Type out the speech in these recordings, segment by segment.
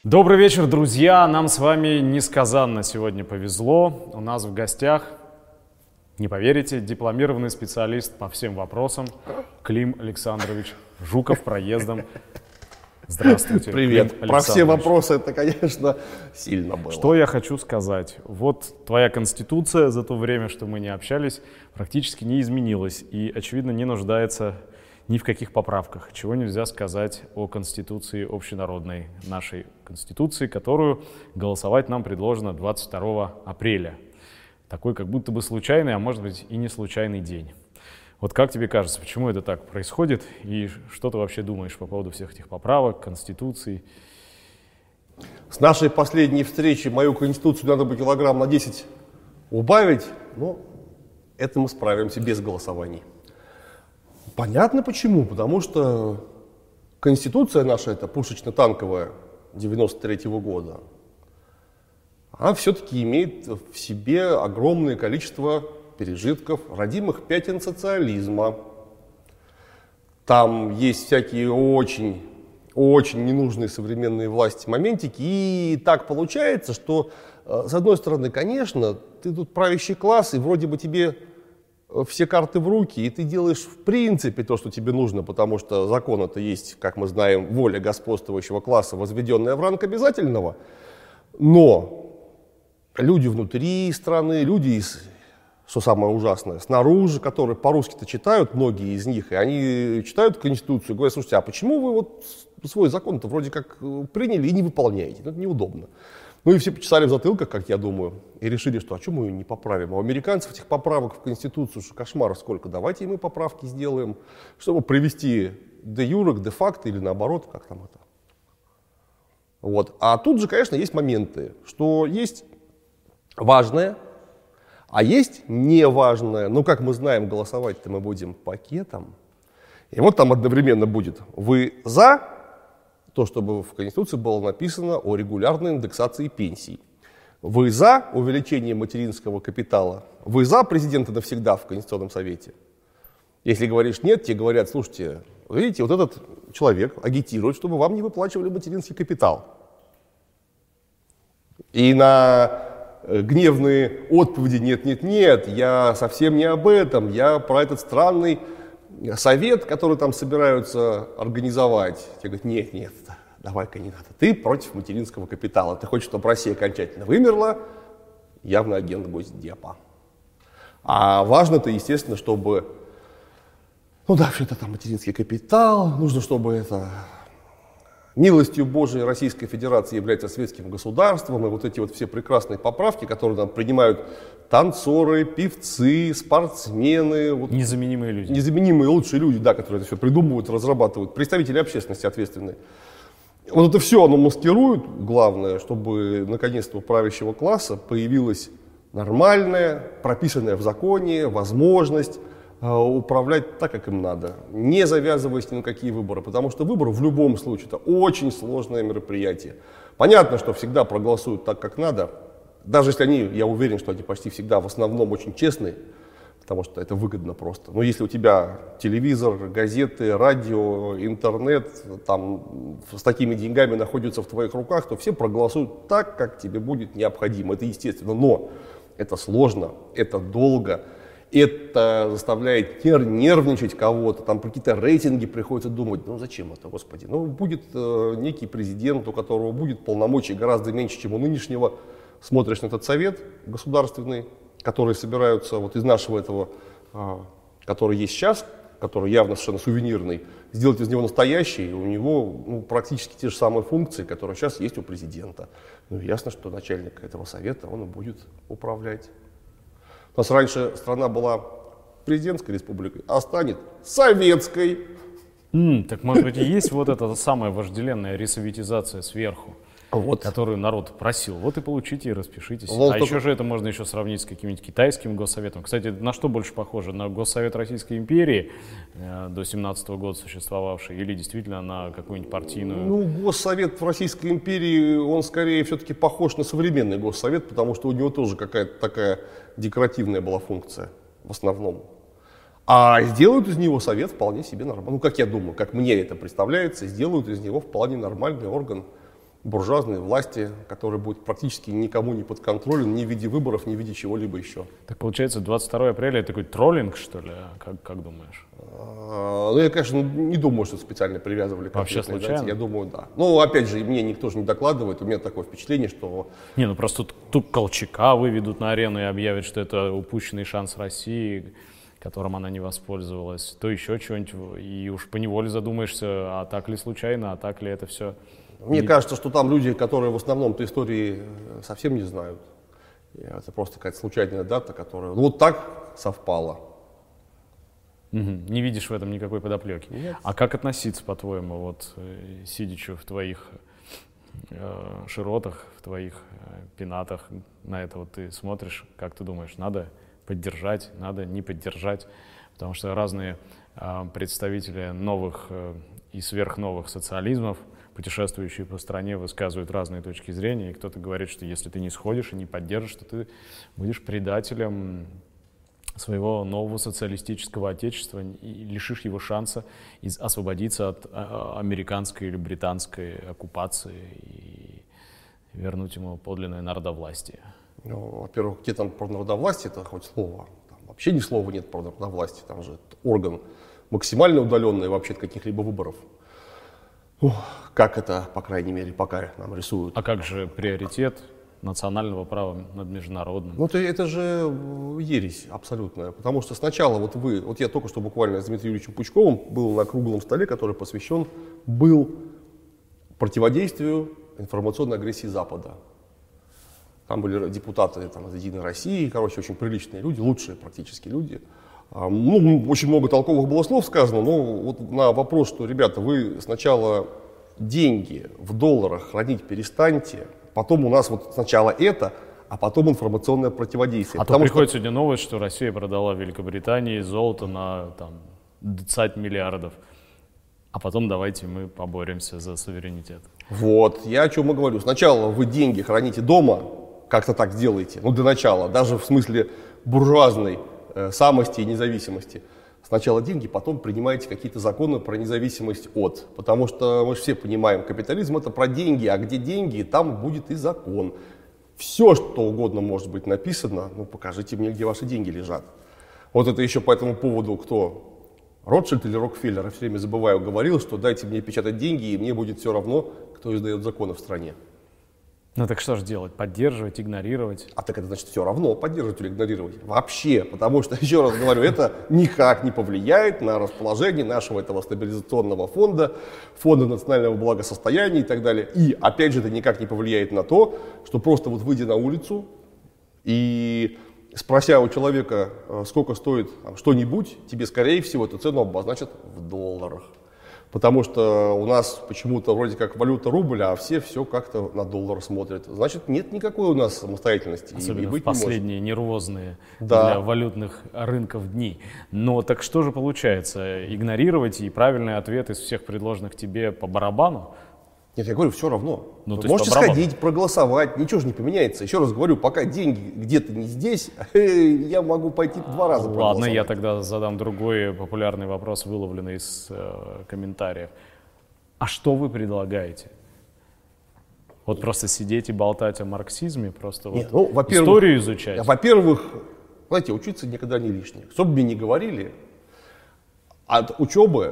Добрый вечер, друзья! Нам с вами несказанно сегодня повезло. У нас в гостях, не поверите, дипломированный специалист по всем вопросам Клим Александрович Жуков проездом. Здравствуйте. Привет. Про все вопросы это, конечно, сильно было. Что я хочу сказать. Вот твоя конституция за то время, что мы не общались, практически не изменилась и, очевидно, не нуждается ни в каких поправках. Чего нельзя сказать о Конституции общенародной, нашей Конституции, которую голосовать нам предложено 22 апреля. Такой как будто бы случайный, а может быть и не случайный день. Вот как тебе кажется, почему это так происходит и что ты вообще думаешь по поводу всех этих поправок, Конституции? С нашей последней встречи мою Конституцию надо бы килограмм на 10 убавить, но это мы справимся без голосований. Понятно почему, потому что Конституция наша, это пушечно-танковая 93-го года, она все-таки имеет в себе огромное количество пережитков, родимых пятен социализма. Там есть всякие очень ненужные современные власти моментики, и так получается, что, с одной стороны, конечно, ты тут правящий класс, и вроде бы тебе все карты в руки, и ты делаешь в принципе то, что тебе нужно, потому что закон это есть, как мы знаем, воля господствующего класса, возведенная в ранг обязательного. Но люди внутри страны, люди, что самое ужасное, снаружи, которые по-русски-то читают, многие из них, и они читают Конституцию и говорят: слушайте, а почему вы вот свой закон-то вроде как приняли и не выполняете? Это неудобно. Ну и все почесали в затылках, как я думаю, и решили, что а что мы ее не поправим? А у американцев этих поправок в Конституцию, что кошмар сколько, давайте и мы поправки сделаем, чтобы привести де юре к де факто или наоборот, как там это. Вот. А тут же, конечно, есть моменты, что есть важное, а есть неважное. Но, как мы знаем, голосовать-то мы будем пакетом. И вот там одновременно будет: вы за то, чтобы в Конституции было написано о регулярной индексации пенсий. Вы за увеличение материнского капитала. Вы за президента навсегда в Конституционном совете. Если говоришь нет, тебе говорят: слушайте, видите, вот этот человек агитирует, чтобы вам не выплачивали материнский капитал. И на гневные отповеди: нет, я совсем не об этом, я про этот странный совет, который там собираются организовать. Тебе говорят: нет, давай-ка не надо. Ты против материнского капитала. Ты хочешь, чтобы Россия окончательно вымерла, явно агент Госдепа. А важно-то, естественно, чтобы, что это там материнский капитал, нужно, чтобы это милостью Божией Российской Федерации является светским государством, и вот эти вот все прекрасные поправки, которые там принимают танцоры, певцы, спортсмены. Вот, незаменимые люди. Незаменимые лучшие люди, да, которые это все придумывают, разрабатывают, представители общественности ответственные. Вот это все оно маскирует, главное, чтобы наконец-то у правящего класса появилась нормальная, прописанная в законе возможность управлять так, как им надо, не завязываясь ни на какие выборы, потому что выборы в любом случае это очень сложное мероприятие. Понятно, что всегда проголосуют так, как надо, даже если они, я уверен, что они почти всегда в основном очень честные, потому что это выгодно просто. Но если у тебя телевизор, газеты, радио, интернет там с такими деньгами находятся в твоих руках, то все проголосуют так, как тебе будет необходимо. Это естественно, но это сложно, это долго. Это заставляет нервничать кого-то, там про какие-то рейтинги приходится думать. Зачем это, господи? Будет некий президент, у которого будет полномочий гораздо меньше, чем у нынешнего. Смотришь на этот совет государственный, который собираются вот из нашего этого, который есть сейчас, который явно совершенно сувенирный, сделать из него настоящий, у него практически те же самые функции, которые сейчас есть у президента. Ясно, что начальник этого совета, он и будет управлять. У нас раньше страна была президентской республикой, а станет советской. Так может быть и есть вот эта самая вожделенная ресоветизация сверху, которую народ просил. Вот и получите и распишитесь. Еще же это можно еще сравнить с каким-нибудь китайским госсоветом. Кстати, на что больше похоже? На Госсовет Российской империи до 17 года существовавший или действительно на какую-нибудь партийную? Госсовет в Российской империи, он скорее все-таки похож на современный госсовет, потому что у него тоже какая-то такая декоративная была функция в основном. А сделают из него совет вполне себе нормально. Как я думаю, как мне это представляется, сделают из него вполне нормальный орган буржуазной власти, который будет практически никому не подконтролен, ни в виде выборов, ни в виде чего-либо еще. Так получается, 22 апреля это такой троллинг, что ли? Как думаешь? Ну, я, конечно, не думаю, что специально привязывали к Вообще случайно? дате. Я думаю, да. Ну, опять же, мне никто же не докладывает. У меня такое впечатление, что... Не, ну просто тут Колчака выведут на арену и объявят, что это упущенный шанс России, которым она не воспользовалась, то еще чего-нибудь. И уж поневоле задумаешься, а так ли случайно, а так ли это все... Мне кажется, что там люди, которые в основном-то истории совсем не знают. Это просто какая-то случайная дата, которая... Ну, вот так совпала. Не видишь в этом никакой подоплеки. Нет. А как относиться, по-твоему, вот сидячи в твоих широтах, в твоих пенатах, на это вот ты смотришь, как ты думаешь, надо поддержать, надо не поддержать? Потому что разные представители новых и сверхновых социализмов, путешествующие по стране, высказывают разные точки зрения, и кто-то говорит, что если ты не сходишь и не поддержишь, то ты будешь предателем своего нового социалистического отечества и лишишь его шанса освободиться от американской или британской оккупации и вернуть ему подлинное народовластие. Ну, во-первых, где там про народовластие, это хоть слово. Там вообще ни слова нет про народовластие. Там же орган максимально удаленный вообще от каких-либо выборов. Как это, по крайней мере, пока нам рисуют. А как же приоритет национального права над международным? Ну, это же ересь абсолютная, потому что сначала вот я только что буквально с Дмитрием Юрьевичем Пучковым был на круглом столе, который посвящен был противодействию информационной агрессии Запада. Там были депутаты из «Единой России», короче, очень приличные люди, лучшие практически люди. Ну, очень много толковых было слов сказано, но вот на вопрос, что, ребята, вы сначала деньги в долларах хранить перестаньте, потом у нас вот сначала это, а потом информационное противодействие. А то приходит сегодня новость, что Россия продала Великобритании золото на там, 20 миллиардов, а потом давайте мы поборемся за суверенитет. Вот, я о чем и говорю. Сначала вы деньги храните дома, как-то так сделайте, ну, для начала, даже в смысле буржуазной самости и независимости. Сначала деньги, потом принимаете какие-то законы про независимость от. Потому что мы же все понимаем, капитализм это про деньги, а где деньги, там будет и закон. Все, что угодно может быть написано, ну покажите мне, где ваши деньги лежат. Вот это еще по этому поводу, кто, Ротшильд или Рокфеллер, я все время забываю, говорил, что дайте мне печатать деньги, и мне будет все равно, кто издает законы в стране. Ну так что же делать? Поддерживать, игнорировать? А так это значит все равно поддерживать или игнорировать? Вообще, потому что, еще раз говорю, это никак не повлияет на расположение нашего этого стабилизационного фонда, фонда национального благосостояния и так далее. И опять же, это никак не повлияет на то, что просто вот выйдя на улицу и спрося у человека, сколько стоит что-нибудь, тебе скорее всего эту цену обозначат в долларах. Потому что у нас почему-то вроде как валюта рубль, а все как-то на доллар смотрят. Значит, нет никакой у нас самостоятельности. Особенно в последние нервозные да. для валютных рынков дни. Но так что же получается? Игнорировать и правильный ответ из всех предложенных тебе по барабану? Нет, я говорю, все равно. Ну, вы можете сходить, проголосовать, ничего же не поменяется. Еще раз говорю, пока деньги где-то не здесь, я могу пойти 2 раза проголосовать. Ладно, я тогда задам другой популярный вопрос, выловленный из комментариев. А что вы предлагаете? Вот просто сидеть и болтать о марксизме, просто Нет, вот ну, историю изучать? Во-первых, знаете, учиться никогда не лишнее. Что бы мне ни говорили, от учебы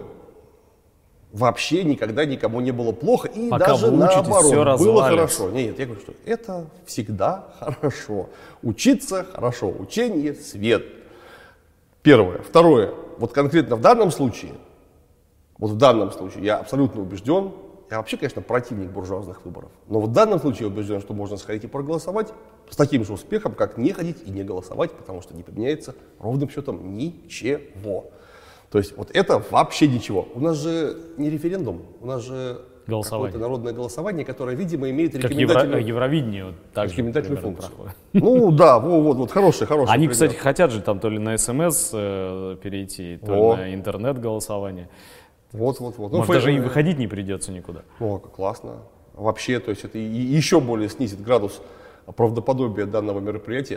вообще никогда никому не было плохо, и пока даже вы учитесь, наоборот, все было хорошо. Нет, я говорю, что это всегда хорошо. Учиться хорошо, учение — свет. Первое. Второе. Вот конкретно в данном случае, я абсолютно убежден, я вообще, конечно, противник буржуазных выборов, но в данном случае я убежден, что можно сходить и проголосовать с таким же успехом, как не ходить и не голосовать, потому что не поменяется ровным счетом ничего. То есть вот это вообще ничего. У нас же не референдум, у нас же какое-то народное голосование, которое, видимо, имеет рекомендательную... Как Евровидение, вот так рекомендательную функцию. Ну да, вот хороший Они, пример. кстати, хотят же там то ли на СМС перейти, то ли на интернет-голосование. Вот. Может, даже и выходить не придется никуда. О, как классно. Вообще, то есть это еще более снизит градус правдоподобия данного мероприятия.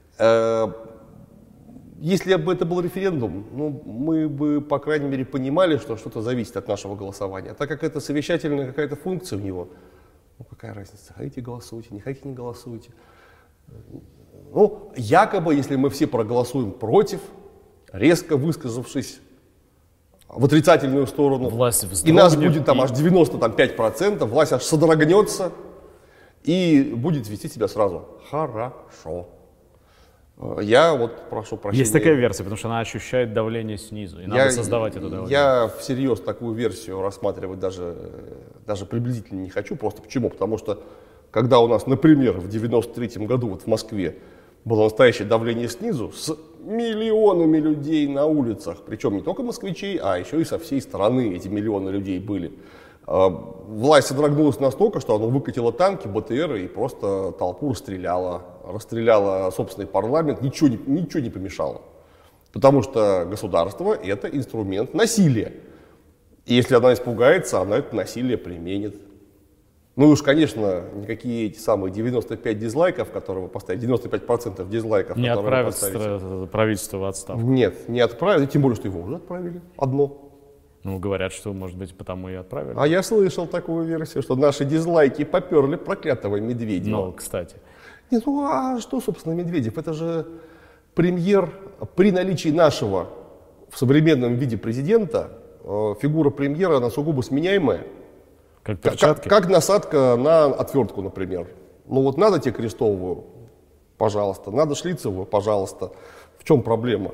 Если бы это был референдум, ну, мы бы, по крайней мере, понимали, что что-то зависит от нашего голосования. Так как это совещательная какая-то функция у него, Ну, какая разница, хотите голосуйте, не хотите не голосуйте. Ну, якобы, если мы все проголосуем против, резко высказавшись в отрицательную сторону, власть и нас будет там аж 95%, власть аж содрогнется и будет вести себя сразу хорошо. Я вот прошу прощения. Есть такая версия, потому что она ощущает давление снизу, и надо создавать это давление. Я всерьез такую версию рассматривать даже приблизительно не хочу. Просто почему? Потому что когда у нас, например, в 93-м году вот в Москве было настоящее давление снизу с миллионами людей на улицах, причем не только москвичей, а еще и со всей страны эти миллионы людей были. Власть содрогнулась настолько, что она выкатила танки, БТР и просто толпу расстреляла собственный парламент, ничего не помешало. Потому что государство — это инструмент насилия. И если она испугается, она это насилие применит. Ну и уж, конечно, никакие эти самые 95 дизлайков, которые вы поставите, 95% дизлайков, не которые вы поставите. поставите. Правительство в отставку. Нет, не отправили, тем более, что его уже отправили, одно. Ну, говорят, что, может быть, потому и отправили. А я слышал такую версию, что наши дизлайки поперли проклятого Медведева. Ну, кстати. Нет, ну а что, собственно, Медведев? Это же премьер при наличии нашего в современном виде президента, фигура премьера, она сугубо сменяемая. Как перчатки? Как насадка на отвертку, например. Ну вот надо тебе Крестовую, пожалуйста, надо Шлицевую, пожалуйста. В чем проблема?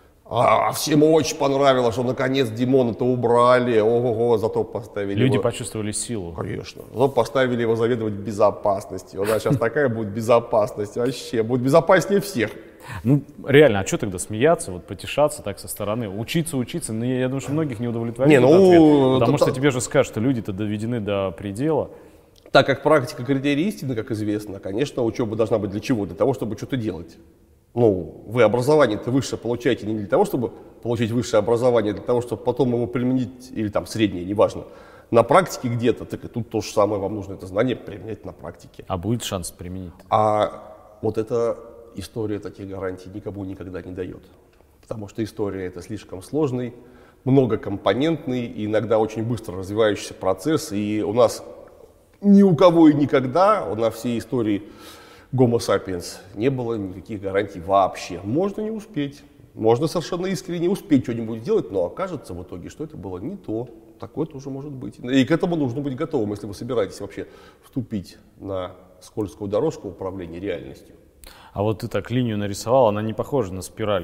А всем очень понравилось, что наконец Димона-то убрали, ого-го, зато поставили Люди его... почувствовали силу. Конечно. Зато поставили его заведовать безопасностью. У нас сейчас такая будет безопасность, вообще, будет безопаснее всех. Ну, реально, а что тогда смеяться, вот потешаться так со стороны? Учиться, но я думаю, что многих не удовлетворит этот ответ, потому что тебе же скажут, что люди-то доведены до предела. Так как практика критерий истины, как известно, конечно, учеба должна быть для чего? Для того, чтобы что-то делать. Ну, вы образование-то высшее получаете не для того, чтобы получить высшее образование, а для того, чтобы потом его применить, или там среднее, неважно, на практике где-то, так и тут то же самое, вам нужно это знание применять на практике. А будет шанс применить? А вот эта история таких гарантий никому никогда не дает. Потому что история — это слишком сложный, многокомпонентный и иногда очень быстро развивающийся процесс. И у нас ни у кого и никогда на всей истории Homo sapiens не было никаких гарантий вообще. Можно не успеть, можно совершенно искренне успеть что-нибудь сделать, но окажется в итоге, что это было не то. Такое тоже может быть. И к этому нужно быть готовым, если вы собираетесь вообще вступить на скользкую дорожку управления реальностью. А вот ты так линию нарисовал, она не похожа на спираль,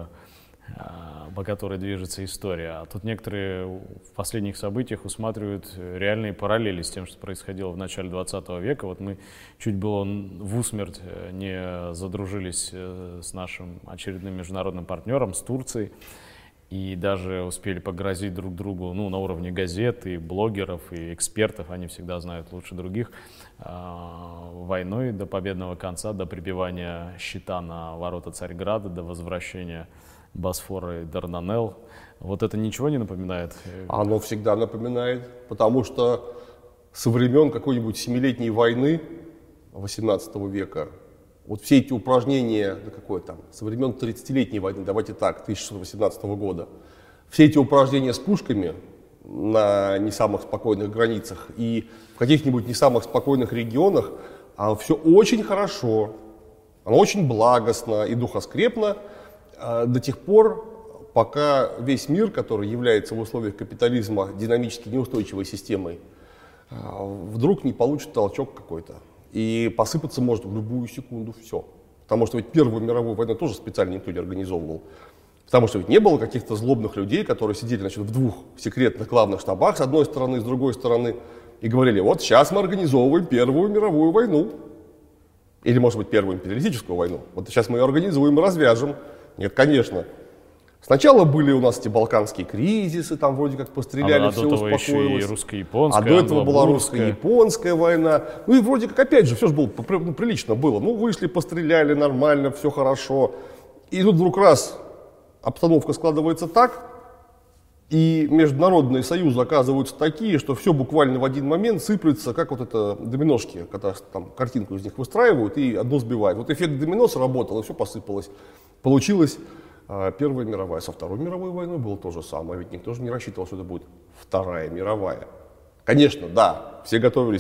по которой движется история. А тут некоторые в последних событиях усматривают реальные параллели с тем, что происходило в начале 20 века. Вот мы чуть было в усмерть не задружились с нашим очередным международным партнером, с Турцией, и даже успели погрозить друг другу, ну, на уровне газет и блогеров, и экспертов, они всегда знают лучше других, войной до победного конца, до прибивания щита на ворота Царьграда, до возвращения Босфора и Дарданелл. Вот это ничего не напоминает? Оно всегда напоминает, потому что со времен какой-нибудь 7-летней войны 18 века, вот все эти упражнения, со времен 30-летней войны, давайте так, 1618 года, все эти упражнения с пушками на не самых спокойных границах и в каких-нибудь не самых спокойных регионах, все очень хорошо, оно очень благостно и духоскрепно до тех пор, пока весь мир, который является в условиях капитализма динамически неустойчивой системой, вдруг не получит толчок какой-то. И посыпаться может в любую секунду все. Потому что ведь Первую мировую войну тоже специально никто не организовывал. Потому что ведь не было каких-то злобных людей, которые сидели, в двух секретных главных штабах с одной стороны и с другой стороны и говорили: вот сейчас мы организовываем Первую мировую войну. Или, может быть, Первую империалистическую войну. Вот сейчас мы ее организуем и развяжем. Нет, конечно. Сначала были у нас эти балканские кризисы, там вроде как постреляли, все успокоилось. Еще и русско-японская, а до этого была русско-японская война. Ну и вроде как, опять же, все же было прилично было. Ну, вышли, постреляли, нормально, все хорошо. И тут вдруг раз обстановка складывается так, и международные союзы оказываются такие, что все буквально в один момент сыплется, как вот это доминошки, когда там картинку из них выстраивают и одну сбивают. Вот эффект домино сработал, и все посыпалось. Получилось Первая мировая. Со Второй мировой войной было то же самое, ведь никто же не рассчитывал, что это будет Вторая мировая. Конечно, да, все готовились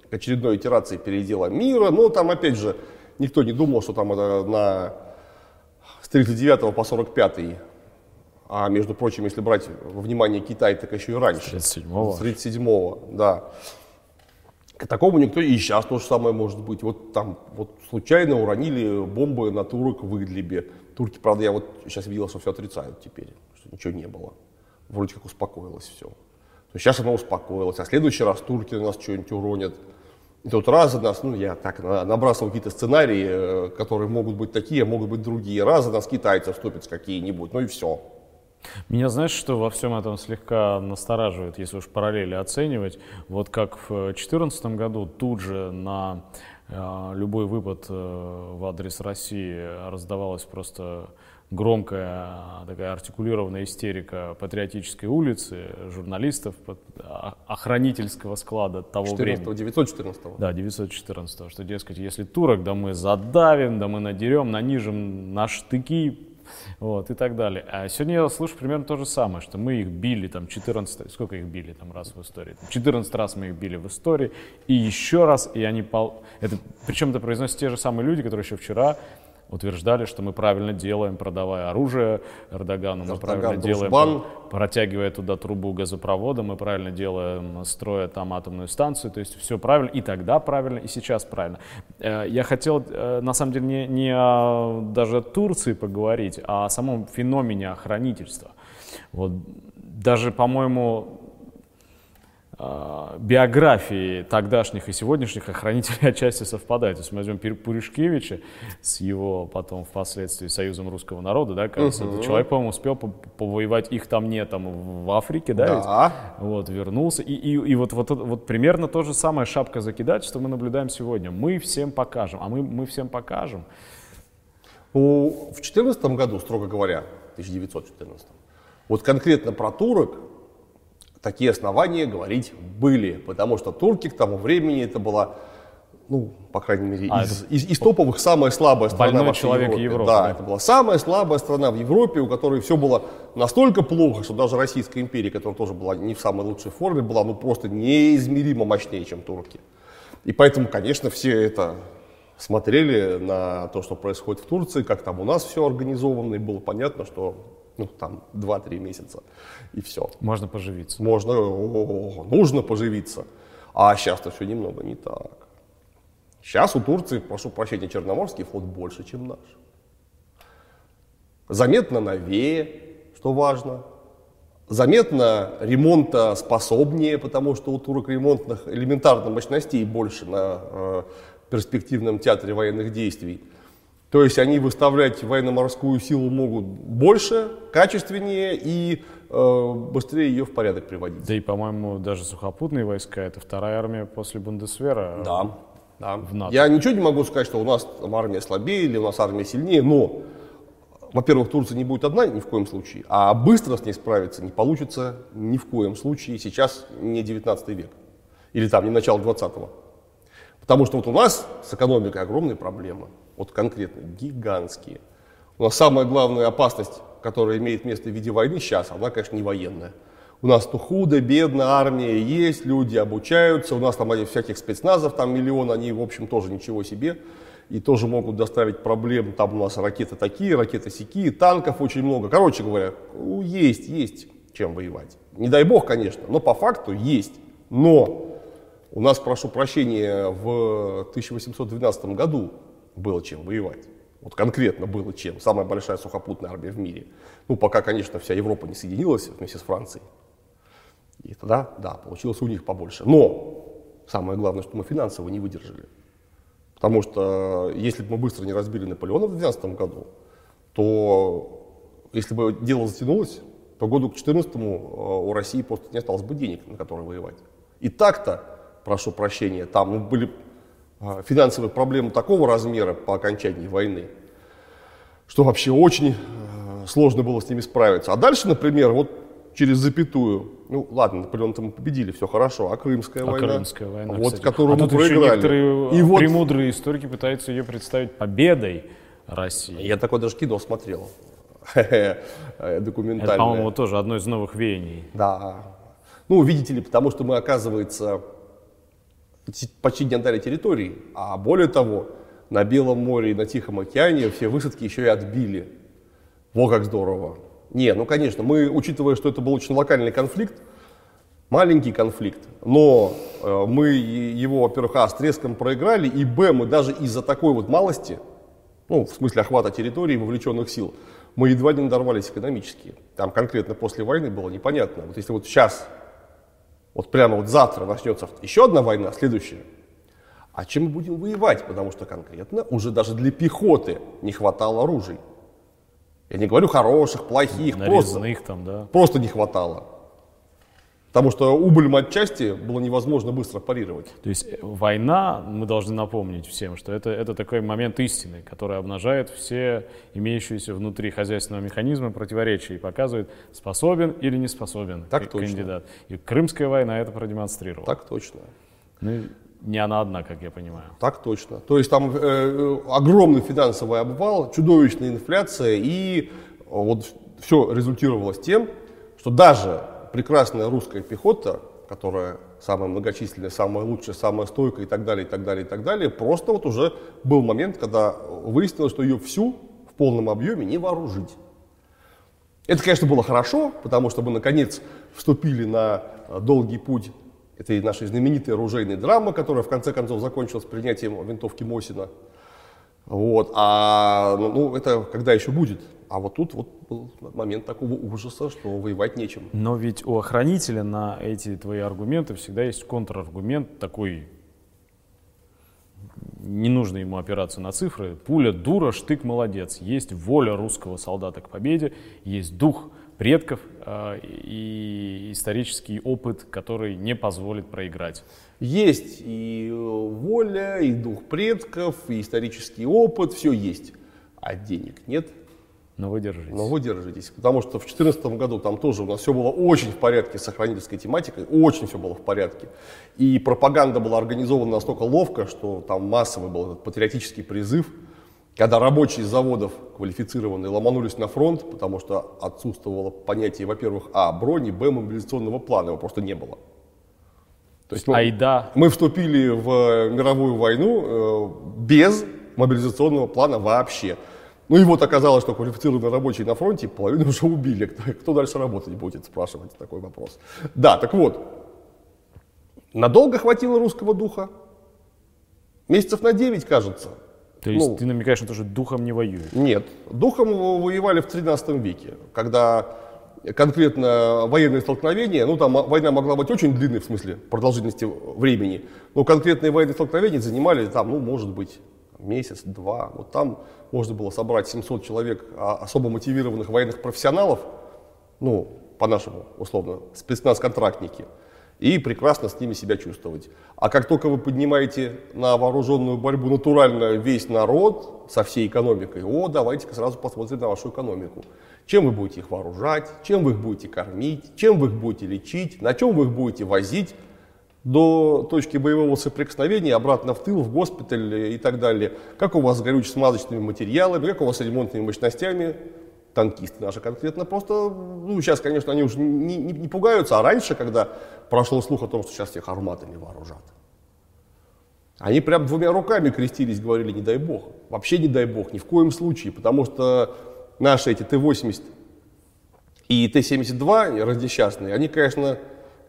к очередной итерации передела мира, но там опять же никто не думал, что там это с 39 по 45, а между прочим, если брать во внимание Китай, так еще и раньше. С 37-го. С 37-го, да. К такому никто, и сейчас то же самое может быть. Вот там вот случайно уронили бомбы на турок в Идлибе. Турки, правда, я вот сейчас видел, что все отрицают теперь, что ничего не было. Вроде как успокоилось все. То сейчас оно успокоилось, а в следующий раз турки на нас что-нибудь уронят. И тут раз за нас, я так набрасывал какие-то сценарии, которые могут быть такие, а могут быть другие. Раз за нас китайцы вступят какие-нибудь, и все. Меня, знаешь, что во всем этом слегка настораживает, если уж параллели оценивать, вот как в 2014 году тут же на любой выпад в адрес России раздавалась просто громкая такая артикулированная истерика патриотической улицы, журналистов, охранительского склада того времени. 914-го. Да, 914-го, что, дескать, если турок, да мы задавим, да мы надерем, нанижем на штыки, вот, и так далее. А сегодня я слышу примерно то же самое, что мы их били там 14, сколько их били там раз в истории? 14 раз мы их били в истории, и еще раз, и они, причем это произносят те же самые люди, которые еще вчера утверждали, что мы правильно делаем, продавая оружие Эрдогану, мы правильно делаем, протягивая туда трубу газопровода, мы правильно делаем, строя там атомную станцию, то есть все правильно, и тогда правильно, и сейчас правильно. Я хотел, на самом деле, не даже о Турции поговорить, а о самом феномене охранительства. Вот. Даже, по-моему, биографии тогдашних и сегодняшних охранителей отчасти совпадают. Если мы возьмем Пуришкевича с его потом впоследствии Союзом русского народа, да, кажется, этот человек, по-моему, успел повоевать, их там нет, там в Африке, да, да. Вот, вернулся. И вот примерно то же самое шапкозакидательство мы наблюдаем сегодня. Мы всем покажем, а мы всем покажем. В 2014 году, строго говоря, 1914, вот конкретно про турок такие основания говорить были, потому что турки к тому времени это была, по крайней мере, из топовых самая слабая страна во всей Европе. Да, это была самая слабая страна в Европе, у которой все было настолько плохо, что даже Российская империя, которая тоже была не в самой лучшей форме, была просто неизмеримо мощнее, чем турки. И поэтому, конечно, все это смотрели на то, что происходит в Турции, как там у нас все организовано, и было понятно, что там 2-3 месяца, и все. Можно поживиться. Нужно поживиться. А сейчас-то все немного не так. Сейчас у Турции, прошу прощения, Черноморский флот больше, чем наш. Заметно новее, что важно. Заметно ремонтоспособнее, потому что у турок ремонтных элементарно мощностей больше на перспективном театре военных действий. То есть они выставлять военно-морскую силу могут больше, качественнее и быстрее ее в порядок приводить. Да и, по-моему, даже сухопутные войска — это вторая армия после Бундесвера. Да. В НАТО. Я ничего не могу сказать, что у нас там армия слабее или у нас армия сильнее, но, во-первых, Турция не будет одна ни в коем случае, а быстро с ней справиться не получится ни в коем случае. Сейчас не 19 век или там не начало 20-го. Потому что вот у нас с экономикой огромные проблемы. Вот конкретно гигантские. У нас самая главная опасность, которая имеет место в виде войны сейчас, она, конечно, не военная. У нас то худо, бедно, армия есть, люди обучаются, у нас там всяких спецназов, там миллион, они, в общем, тоже ничего себе. И тоже могут доставить проблем, там у нас ракеты такие, ракеты сякие, танков очень много. Короче говоря, есть чем воевать. Не дай бог, конечно, но по факту есть. Но у нас, прошу прощения, в 1812 году было чем воевать. Вот конкретно было чем. Самая большая сухопутная армия в мире. Пока, конечно, вся Европа не соединилась вместе с Францией. И тогда, да, получилось у них побольше. Но самое главное, что мы финансово не выдержали. Потому что если бы мы быстро не разбили Наполеона в 2012 году, то если бы дело затянулось, то году к 2014 у России просто не осталось бы денег, на которые воевать. И так-то, прошу прощения, там были финансовые проблемы такого размера по окончании войны, что вообще очень сложно было с ними справиться. А дальше, например, вот через запятую, ладно, Наполеона-то мы победили, все хорошо, а Крымская война? Крымская война, вот, кстати. которую мы тут проиграли. Еще некоторые и премудрые историки пытаются ее представить победой России. Я такое даже кино смотрел, документальное. Это, по-моему, тоже одно из новых веяний. Да. Видите ли, потому что мы, оказывается, почти не отдали территории, а более того, на Белом море и на Тихом океане все высадки еще и отбили. Во как здорово. Не, ну конечно, мы, учитывая, что это был очень локальный конфликт, маленький конфликт, но мы его, во-первых, с треском проиграли, и мы даже из-за такой вот малости, ну, в смысле охвата территории, вовлеченных сил, мы едва не надорвались экономически. Там конкретно после войны было непонятно. Вот если вот сейчас, вот прямо вот завтра начнется еще одна война, следующая, а чем мы будем воевать? Потому что конкретно уже даже для пехоты не хватало оружий. Я не говорю хороших, плохих, нарезных там, да. Просто не хватало. Потому что убыль матчасти было невозможно быстро парировать. То есть война, мы должны напомнить всем, что это такой момент истины, который обнажает все имеющиеся внутри хозяйственного механизма противоречия и показывает, способен или не способен кандидат. И Крымская война это продемонстрировала. Так точно. Ну, не она одна, как я понимаю. Так точно. То есть там огромный финансовый обвал, чудовищная инфляция, и вот все результировало с тем, что даже прекрасная русская пехота, которая самая многочисленная, самая лучшая, самая стойкая и так далее, и так далее, и так далее, просто вот уже был момент, когда выяснилось, что ее всю в полном объеме не вооружить. Это, конечно, было хорошо, потому что мы, наконец, вступили на долгий путь этой нашей знаменитой оружейной драмы, которая, в конце концов, закончилась принятием винтовки Мосина. Вот. Ну, это когда еще будет? А вот тут вот был момент такого ужаса, что воевать нечем. Но ведь у охранителя на эти твои аргументы всегда есть контраргумент такой, не нужно ему опираться на цифры. Пуля дура, штык молодец. Есть воля русского солдата к победе, есть дух предков и исторический опыт, который не позволит проиграть. Есть и воля, и дух предков, и исторический опыт, все есть. А денег нет. Но вы держитесь. Но вы держитесь. Потому что в 2014 году там тоже у нас все было очень в порядке с охранительской тематикой, очень все было в порядке. И пропаганда была организована настолько ловко, что там массовый был этот патриотический призыв, когда рабочие заводов квалифицированные ломанулись на фронт, потому что отсутствовало понятие, во-первых, брони, мобилизационного плана, его просто не было. То есть мы вступили в мировую войну без мобилизационного плана вообще. Ну и вот оказалось, что квалифицированные рабочие на фронте половину уже убили. Кто дальше работать будет, спрашивать такой вопрос. Да, так вот, надолго хватило русского духа? Месяцев на 9, кажется. То есть ты намекаешь на то, что духом не воюют? Нет, духом воевали в 13 веке, когда конкретно военные столкновения, ну там война могла быть очень длинной в смысле продолжительности времени, но конкретные военные столкновения занимали там, ну может быть, месяц-два. Вот там можно было собрать 700 человек особо мотивированных военных профессионалов, ну, по-нашему, условно, спецназ-контрактники, и прекрасно с ними себя чувствовать. А как только вы поднимаете на вооруженную борьбу натурально весь народ со всей экономикой, давайте-ка сразу посмотрим на вашу экономику. Чем вы будете их вооружать, чем вы их будете кормить, чем вы их будете лечить, на чем вы их будете возить до точки боевого соприкосновения, обратно в тыл, в госпиталь и так далее. Как у вас с горюче-смазочными материалами, как у вас с ремонтными мощностями. Танкисты наши конкретно просто, ну сейчас, конечно, они уже не пугаются, а раньше, когда прошел слух о том, что сейчас всех арматами вооружат, они прям двумя руками крестились, говорили, не дай бог, вообще не дай бог, ни в коем случае, потому что наши эти Т-80 и Т-72 разнесчастные, они, конечно,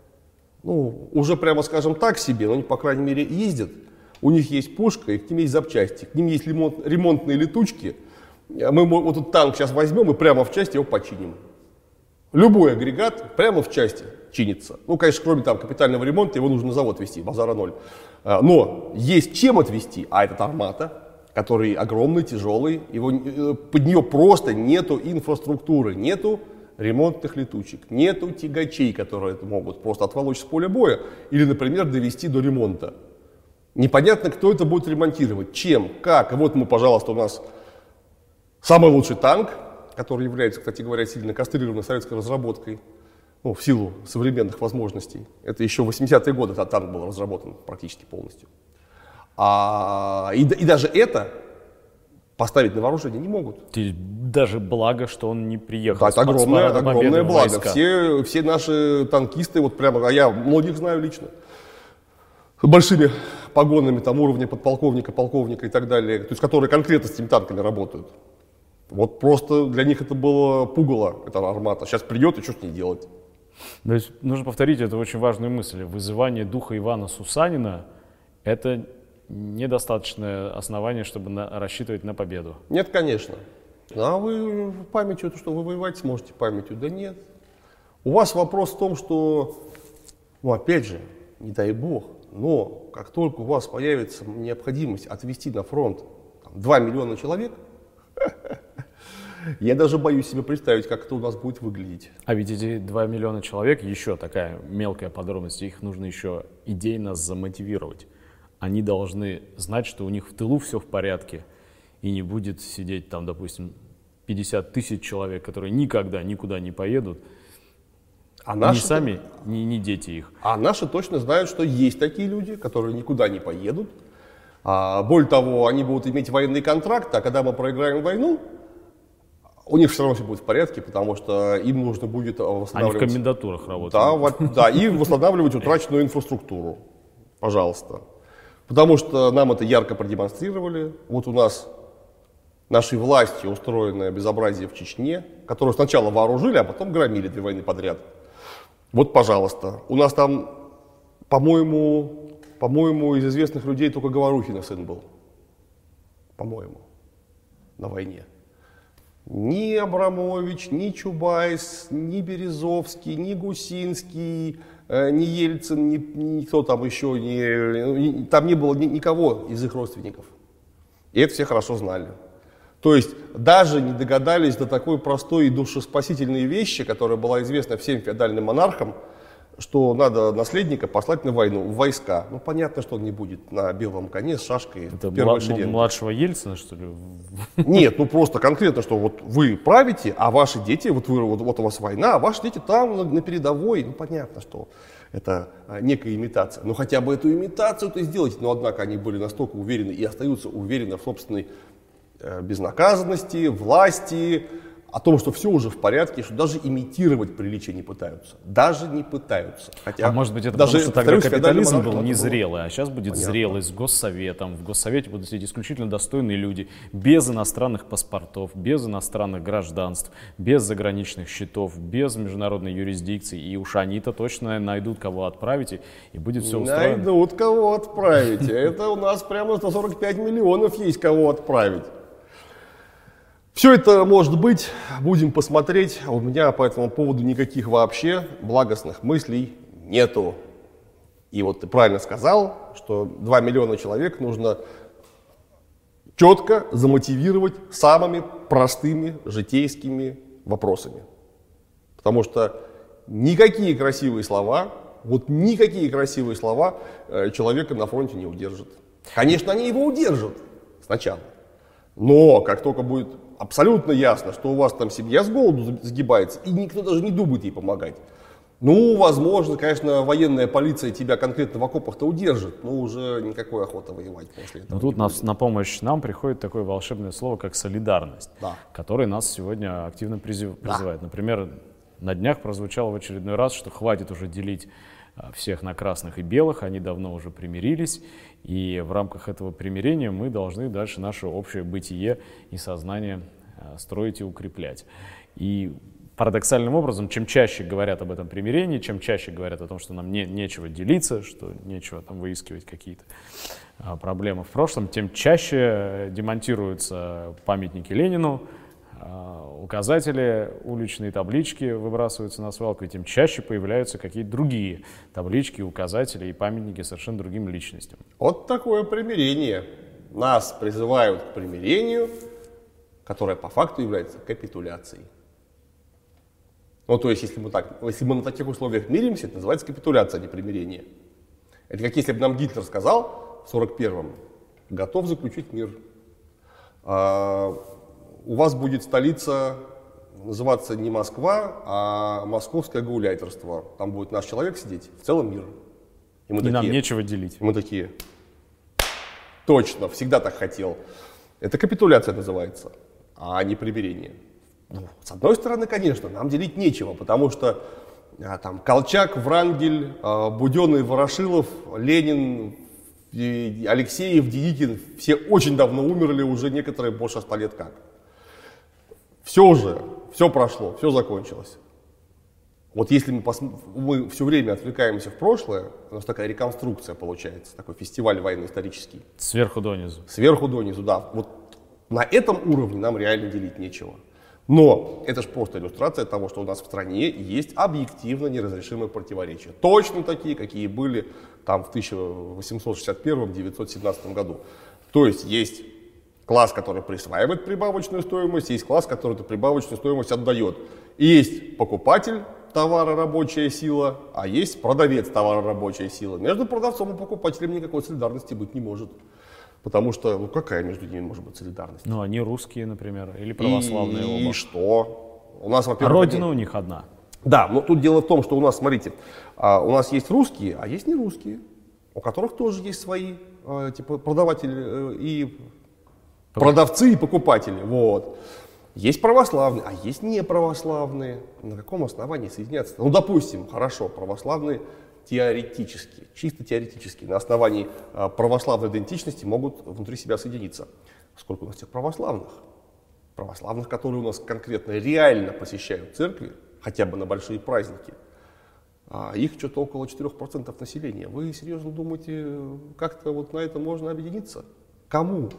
ну, уже прямо скажем так себе, но они, по крайней мере, ездят, у них есть пушка, и к ним есть запчасти, к ним есть ремонтные летучки. Мы вот этот танк сейчас возьмем и прямо в части его починим. Любой агрегат прямо в части чинится. Ну, конечно, кроме там капитального ремонта, его нужно на завод везти, базара ноль. Но есть чем отвезти, а этот армата, который огромный, тяжелый, под нее просто нету инфраструктуры, нету ремонтных летучек, нету тягачей, которые могут просто отволочь с поля боя или, например, довести до ремонта. Непонятно, кто это будет ремонтировать, чем, как. И вот мы, пожалуйста, у нас самый лучший танк, который является, кстати говоря, сильно кастрированной советской разработкой, ну, в силу современных возможностей. Это еще в 80-е годы этот танк был разработан практически полностью. И даже это поставить на вооружение не могут. Даже благо, что он не приехал. Да, это огромное благо. Все наши танкисты, вот прямо, а я многих знаю лично, с большими погонами там, уровня подполковника, полковника и так далее, то есть которые конкретно с этими танками работают. Вот просто для них это было пугало, эта армата. Сейчас придет и что с ней делать? То есть нужно повторить эту очень важную мысль. Вызывание духа Ивана Сусанина — это недостаточное основание, чтобы рассчитывать на победу. Нет, конечно. А вы памятью, что вы воевать сможете памятью? Да нет. У вас вопрос в том, что, ну опять же, не дай бог, но как только у вас появится необходимость отвести на фронт 2 миллиона человек, я даже боюсь себе представить, как это у нас будет выглядеть. А ведь эти 2 миллиона человек, еще такая мелкая подробность, их нужно еще идейно замотивировать. Они должны знать, что у них в тылу все в порядке, и не будет сидеть там, допустим, 50 тысяч человек, которые никогда никуда не поедут, ни сами, ни дети их. А наши точно знают, что есть такие люди, которые никуда не поедут. Более того, они будут иметь военный контракт, а когда мы проиграем войну, у них все равно все будет в порядке, потому что им нужно будет восстанавливать... Они в комендатурах работают. Да, и восстанавливать утраченную инфраструктуру. Пожалуйста. Потому что нам это ярко продемонстрировали. Вот у нас нашей властью устроенное безобразие в Чечне, которое сначала вооружили, а потом громили 2 войны подряд. Вот, пожалуйста. У нас там, по-моему, из известных людей только Говорухина сын был. По-моему. На войне. Ни Абрамович, ни Чубайс, ни Березовский, ни Гусинский, ни Ельцин, ни кто там еще, там не было никого из их родственников. И это все хорошо знали. То есть даже не догадались до такой простой и душеспасительной вещи, которая была известна всем феодальным монархам, что надо наследника послать на войну, в войска. Ну, понятно, что он не будет на белом коне с шашкой это в первой шеренге. Младшего Ельцина, что ли? Нет, ну просто конкретно, что вот вы правите, а ваши дети, вот у вас война, а ваши дети там на передовой. Ну, понятно, что это некая имитация. Но хотя бы эту имитацию-то сделайте. Но, однако, они были настолько уверены и остаются уверены в собственной безнаказанности, власти, о том, что все уже в порядке, что даже имитировать приличие не пытаются. Даже не пытаются. Хотя, может быть, это даже, потому что тогда капитализм был незрелый, а сейчас будет зрелый, с госсоветом. В госсовете будут сидеть исключительно достойные люди, без иностранных паспортов, без иностранных гражданств, без заграничных счетов, без международной юрисдикции. И уж они-то точно найдут, кого отправить, и будет все устроено. Найдут, кого отправить. Это у нас прямо 145 миллионов есть кого отправить. Все это может быть, будем посмотреть. У меня по этому поводу никаких вообще благостных мыслей нету. И вот ты правильно сказал, что 2 миллиона человек нужно четко замотивировать самыми простыми житейскими вопросами. Потому что никакие красивые слова, человека на фронте не удержат. Конечно, они его удержат сначала. Но как только будет абсолютно ясно, что у вас там семья с голоду сгибается, и никто даже не думает ей помогать. Ну, возможно, конечно, военная полиция тебя конкретно в окопах-то удержит, но уже никакой охоты воевать после этого. Но тут на помощь нам приходит такое волшебное слово, как солидарность, которое нас сегодня активно призывает. Например, на днях прозвучало в очередной раз, что хватит уже делить всех на красных и белых, они давно уже примирились, и в рамках этого примирения мы должны дальше наше общее бытие и сознание строить и укреплять. И парадоксальным образом, чем чаще говорят об этом примирении, чем чаще говорят о том, что нам нечего делиться, что нечего там выискивать какие-то проблемы в прошлом, тем чаще демонтируются памятники Ленину, указатели, уличные таблички выбрасываются на свалку, и тем чаще появляются какие-то другие таблички, указатели и памятники совершенно другим личностям. Вот такое примирение. Нас призывают к примирению, которое по факту является капитуляцией. Ну, то есть, если мы на таких условиях миримся, это называется капитуляция, а не примирение. Это как если бы нам Гитлер сказал в 1941-м: готов заключить мир. У вас будет столица называться не Москва, а Московское гауляйтерство. Там будет наш человек сидеть, в целом мир. И нам нечего делить. И мы такие: точно, всегда так хотел. Это капитуляция называется, а не примирение. Ну, с одной стороны, конечно, нам делить нечего, потому что там Колчак, Врангель, Буденный, Ворошилов, Ленин, Алексеев, Деникин, все очень давно умерли, уже некоторые больше 100 лет как. Все уже, все прошло, все закончилось. Вот если мы все время отвлекаемся в прошлое, у нас такая реконструкция получается, такой фестиваль военно-исторический. Сверху донизу. Сверху донизу, да. Вот на этом уровне нам реально делить нечего. Но это же просто иллюстрация того, что у нас в стране есть объективно неразрешимые противоречия. Точно такие, какие были там в 1861-1917 году. То есть класс, который присваивает прибавочную стоимость, есть класс, который эту прибавочную стоимость отдает. И есть покупатель товара рабочая сила, а есть продавец товара рабочая сила. Между продавцом и покупателем никакой солидарности быть не может. Потому что, какая между ними может быть солидарность? Ну, они русские, например, или православные оба. И что? У нас, во-первых, родина у них одна. Да, но тут дело в том, что у нас, смотрите, у нас есть русские, а есть нерусские, у которых тоже есть свои, типа, продаватели и продавцы и покупатели. Вот. Есть православные, а есть неправославные. На каком основании соединяться? Ну, допустим, хорошо, православные теоретически, чисто теоретически, на основании православной идентичности могут внутри себя соединиться. Сколько у нас тех православных? Православных, которые у нас конкретно реально посещают церкви, хотя бы на большие праздники, а их что-то около 4% населения. Вы серьезно думаете, как-то вот на это можно объединиться? Кому?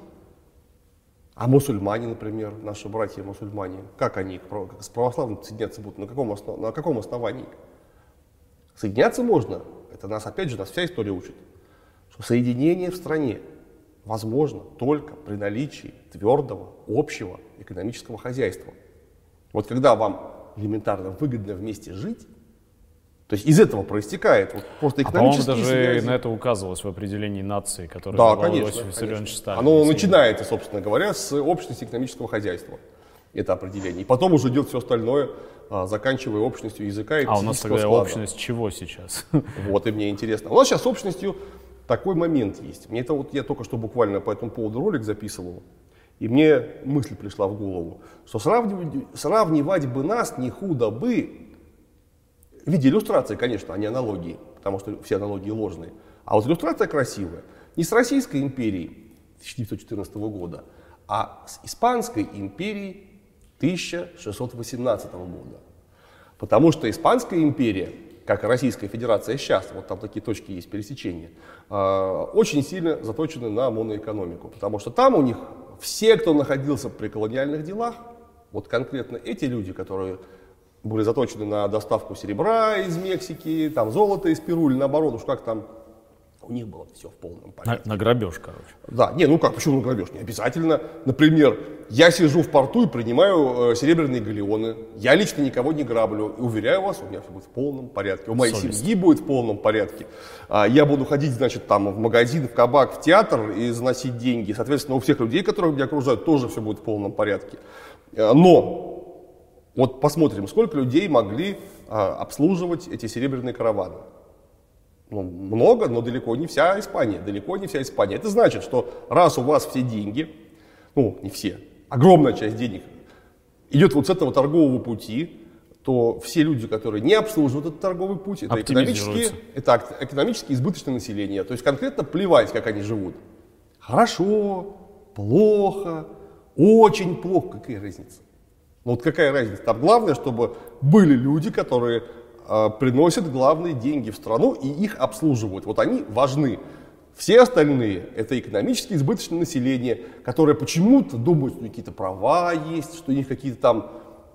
А мусульмане, например, наши братья-мусульмане, как они с православными соединяться будут? На каком основании? Соединяться можно. Это нас, опять же, нас вся история учит. Что соединение в стране возможно только при наличии твердого, общего экономического хозяйства. Вот когда вам элементарно выгодно вместе жить, то есть из этого проистекает вот просто экономические связи. По-моему, даже на это указывалось в определении нации, которое давал Иосиф Виссарионович Сталин. Оно начинается, собственно говоря, с общности экономического хозяйства. Это определение. И потом уже идет все остальное, заканчивая общностью языка и у нас тогда склада. общность чего сейчас? Вот и мне интересно. У нас сейчас общностью такой момент есть. Мне это вот я только что буквально по этому поводу ролик записывал. И мне мысль пришла в голову, что сравнивать бы нас не худо бы, в виде иллюстрации, конечно, а не аналогии, потому что все аналогии ложные. А вот иллюстрация красивая. Не с Российской империей 1914 года, а с Испанской империей 1618 года. Потому что Испанская империя, как и Российская Федерация сейчас, вот там такие точки есть пересечения, очень сильно заточены на моноэкономику. Потому что там у них все, кто находился при колониальных делах, вот конкретно эти люди, которые были заточены на доставку серебра из Мексики, там золото из Перу, или наоборот, уж как там, у них было все в полном порядке. На грабеж, короче. Да, почему на грабеж? Не обязательно. Например, я сижу в порту и принимаю серебряные галеоны, я лично никого не граблю, и уверяю вас, у меня все будет в полном порядке, у моей семьи будет в полном порядке. Я буду ходить, значит, там в магазин, в кабак, в театр и заносить деньги. Соответственно, у всех людей, которые меня окружают, тоже все будет в полном порядке. Но вот посмотрим, сколько людей могли обслуживать эти серебряные караваны. Ну, много, но далеко не вся Испания. Это значит, что раз у вас все деньги, ну не все, огромная часть денег идет вот с этого торгового пути, то все люди, которые не обслуживают этот торговый путь, это экономически избыточное население. То есть конкретно плевать, как они живут. Хорошо, плохо, очень плохо, какая разница? Ну вот какая разница? Там главное, чтобы были люди, которые приносят главные деньги в страну и их обслуживают. Вот они важны. Все остальные — это экономически избыточное население, которое почему-то думает, что какие-то права есть, что у них какие-то там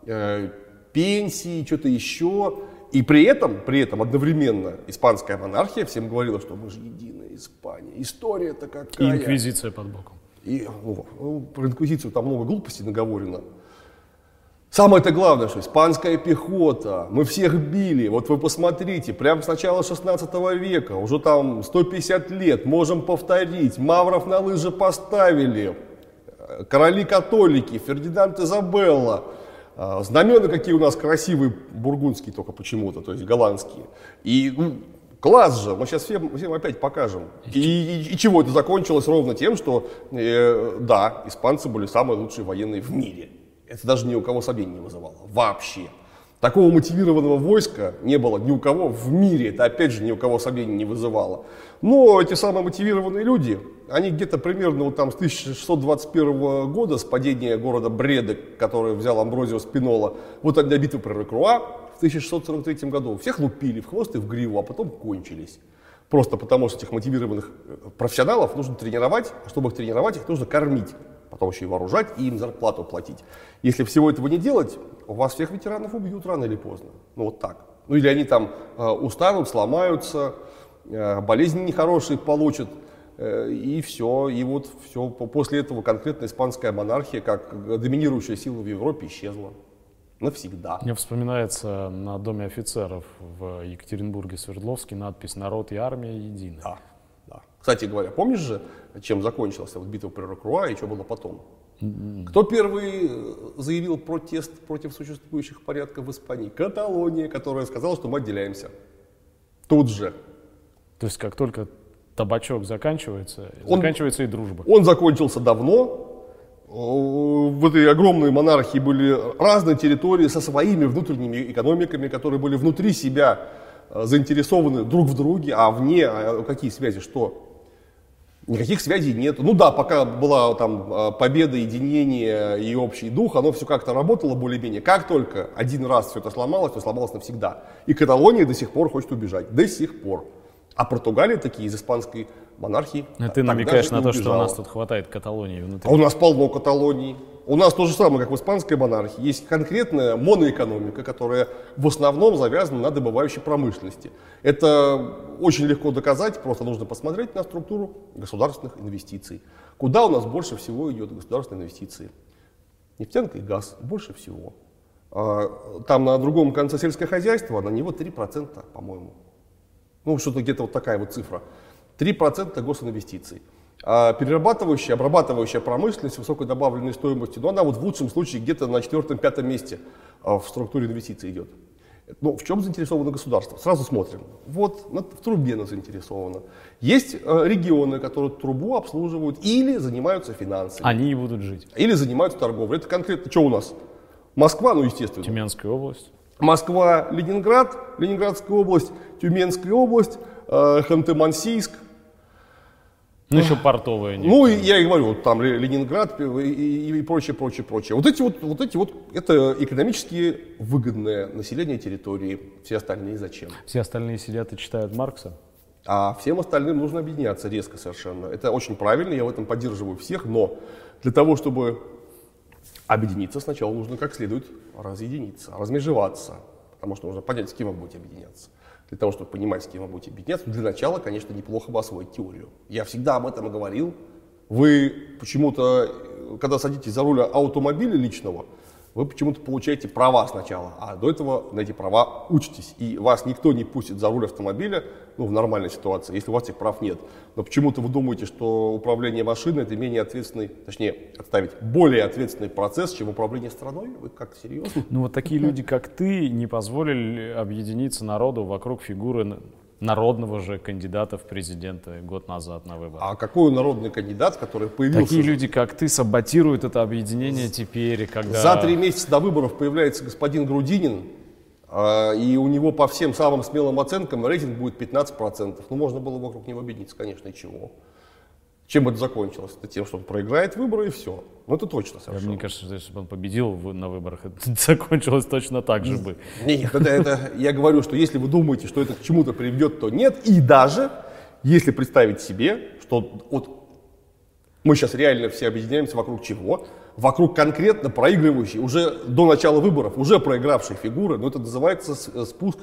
пенсии, что-то еще. И при этом одновременно испанская монархия всем говорила, что мы же единая Испания. История-то какая. И инквизиция под боком. Про инквизицию там много глупостей наговорено. Самое-то главное, что испанская пехота, мы всех били, вот вы посмотрите, прямо с начала 16 века, уже там 150 лет, можем повторить, мавров на лыжи поставили, короли-католики, Фердинанд Изабелла, знамена какие у нас красивые, бургундские только почему-то, то есть голландские. И класс же, мы сейчас всем опять покажем. И чего это закончилось? Ровно тем, что, да, испанцы были самые лучшие военные в мире. Это даже ни у кого сомнений не вызывало. Вообще. Такого мотивированного войска не было ни у кого в мире, это опять же ни у кого сомнений не вызывало. Но эти самые мотивированные люди, они где-то примерно вот там с 1621 года, с падения города Бреды, который взял Амброзио Спинола, вот для битвы при Рокруа в 1643 году, всех лупили в хвост и в гриву, а потом кончились. Просто потому что этих мотивированных профессионалов нужно тренировать, а чтобы их тренировать, их нужно кормить. Потом еще и вооружать и им зарплату платить. Если всего этого не делать, у вас всех ветеранов убьют рано или поздно. Ну вот так. Ну или они там устанут, сломаются, болезни нехорошие получат, и все. И вот все. После этого конкретно испанская монархия, как доминирующая сила в Европе, исчезла. Навсегда. Мне вспоминается на Доме офицеров в Екатеринбурге, Свердловске, надпись «Народ и армия едины». Да. Да. Кстати говоря, помнишь же, чем закончилась вот битва при Рокруа и что было потом? Кто первый заявил протест против существующих порядков в Испании? Каталония, которая сказала, что мы отделяемся. Тут же. То есть как только табачок заканчивается и дружба. Он закончился давно. В этой огромной монархии были разные территории со своими внутренними экономиками, которые были внутри себя заинтересованы друг в друге, а вне какие связи, что? Никаких связей нет. Ну да, пока была там победа, единение и общий дух, оно все как-то работало более-менее. Как только один раз все это сломалось, то сломалось навсегда. И Каталония до сих пор хочет убежать. До сих пор. А Португалия такие из испанской монархии. Ты намекаешь на то, что у нас тут хватает Каталонии внутри. А у нас полно Каталоний. У нас то же самое, как в испанской монархии. Есть конкретная моноэкономика, которая в основном завязана на добывающей промышленности. Это очень легко доказать, просто нужно посмотреть на структуру государственных инвестиций. Куда у нас больше всего идет государственные инвестиции? Нефтянка и газ больше всего. Там на другом конце сельское хозяйство, на него 3%, по-моему. Ну, что-то где-то вот такая вот цифра. 3% госинвестиций. А перерабатывающая, обрабатывающая промышленность с высокой добавленной стоимостью, но она вот в лучшем случае где-то на 4-5 месте в структуре инвестиций идет. Ну, в чем заинтересовано государство? Сразу смотрим. Вот в трубе оно заинтересовано. Есть регионы, которые трубу обслуживают или занимаются финансами. Они и будут жить. Или занимаются торговлей. Это конкретно что у нас? Москва, ну естественно. Тюменская область. Москва, Ленинград, Ленинградская область, Тюменская область, Ханты-Мансийск. Ну, еще портовые. Ну, я и говорю, вот там Ленинград и прочее, прочее, прочее. Вот эти вот, это экономически выгодное население территории. Все остальные зачем? Все остальные сидят и читают Маркса. А всем остальным нужно объединяться резко совершенно. Это очень правильно, я в этом поддерживаю всех, но для того, чтобы объединиться, сначала нужно как следует разъединиться, размежеваться. Потому что нужно понять, с кем вы будете объединяться. Для того, чтобы понимать, с кем вы будете объединяться, для начала, конечно, неплохо бы освоить теорию. Я всегда об этом и говорил. Вы почему-то, когда садитесь за руль автомобиля личного, вы почему-то получаете права сначала, а до этого на эти права учитесь. И вас никто не пустит за руль автомобиля, ну, в нормальной ситуации, если у вас этих прав нет. Но почему-то вы думаете, что управление машиной — это менее ответственный, точнее, более ответственный процесс, чем управление страной? Вы как, серьезно? Ну, вот такие люди, как ты, не позволили объединиться народу вокруг фигуры народного же кандидата в президенты год назад на выборах. А какой народный кандидат, который появился? Такие люди, как ты, саботируют это объединение теперь, когда... За 3 месяца до выборов появляется господин Грудинин, и у него по всем самым смелым оценкам рейтинг будет 15%. Ну, можно было вокруг него объединиться, конечно, и чего. Чем это закончилось? Это тем, что он проиграет выборы, и все. Ну, это точно совершенно. Мне кажется, что если бы он победил на выборах, это закончилось точно так же бы. Нет, это я говорю, что если вы думаете, что это к чему-то приведет, то нет. И даже если представить себе, что вот мы сейчас реально все объединяемся вокруг чего? Вокруг конкретно проигрывающей, уже до начала выборов, уже проигравшей фигуры, но это называется спуск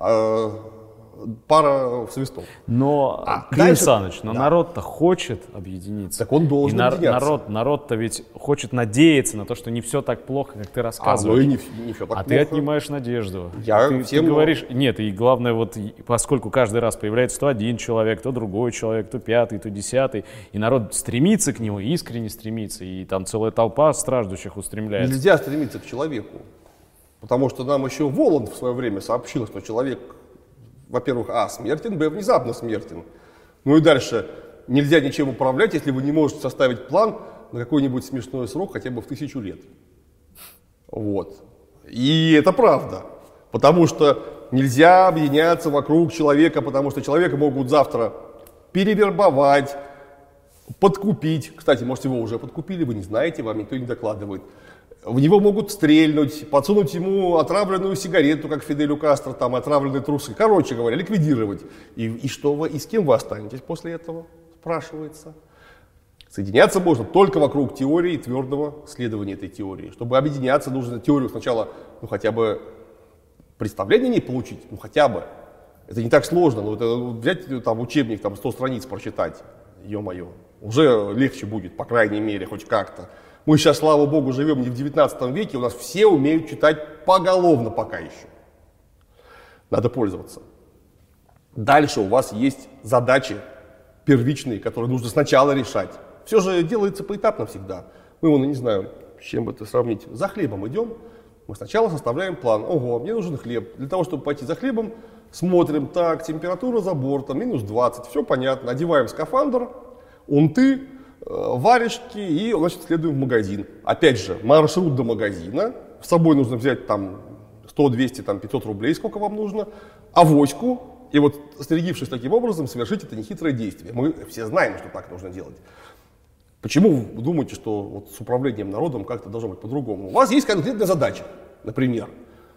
пара свистов. Но, Клим Саныч, но народ-то хочет объединиться. Так он должен объединяться. Народ-то ведь хочет надеяться на то, что не все так плохо, как ты рассказываешь. Ну и не все так плохо. Ты отнимаешь надежду. Ты говоришь, нет, и главное, вот поскольку каждый раз появляется то один человек, то другой человек, то пятый, то 10, и народ стремится к нему, искренне стремится, и там целая толпа страждущих устремляется. Нельзя стремиться к человеку, потому что нам еще Воланд в свое время сообщил, что человек, во-первых, смертен, внезапно смертен. Ну и дальше, нельзя ничем управлять, если вы не можете составить план на какой-нибудь смешной срок, хотя бы в 1000 лет. Вот. И это правда. Потому что нельзя объединяться вокруг человека, потому что человека могут завтра перевербовать, подкупить. Кстати, может, его уже подкупили, вы не знаете, вам никто не докладывает. В него могут стрельнуть, подсунуть ему отравленную сигарету, как Фиделю Кастро, там, отравленные трусы. Короче говоря, ликвидировать. И что вы, и с кем вы останетесь после этого, спрашивается. Соединяться можно только вокруг теории и твердого следования этой теории. Чтобы объединяться, нужно теорию сначала, ну, хотя бы представление не получить, ну, хотя бы. Это не так сложно, но это взять там учебник, там 100 страниц прочитать, ё-моё, уже легче будет, по крайней мере, хоть как-то. Мы сейчас, слава богу, живем не в 19 веке, у нас все умеют читать поголовно пока еще. Надо пользоваться. Дальше у вас есть задачи первичные, которые нужно сначала решать. Все же делается поэтапно всегда. Мы, не знаю, с чем это сравнить. За хлебом идем, мы сначала составляем план. Ого, мне нужен хлеб. Для того, чтобы пойти за хлебом, смотрим, так, температура за бортом, минус 20, все понятно. Одеваем скафандр, унты, варежки и, значит, следуем в магазин. Опять же, маршрут до магазина. С собой нужно взять там 100, 200, там, 500 рублей, сколько вам нужно, авоську. И вот, стригившись таким образом, совершить это нехитрое действие. Мы все знаем, что так нужно делать. Почему вы думаете, что вот с управлением народом как-то должно быть по-другому? У вас есть конкретная задача, например.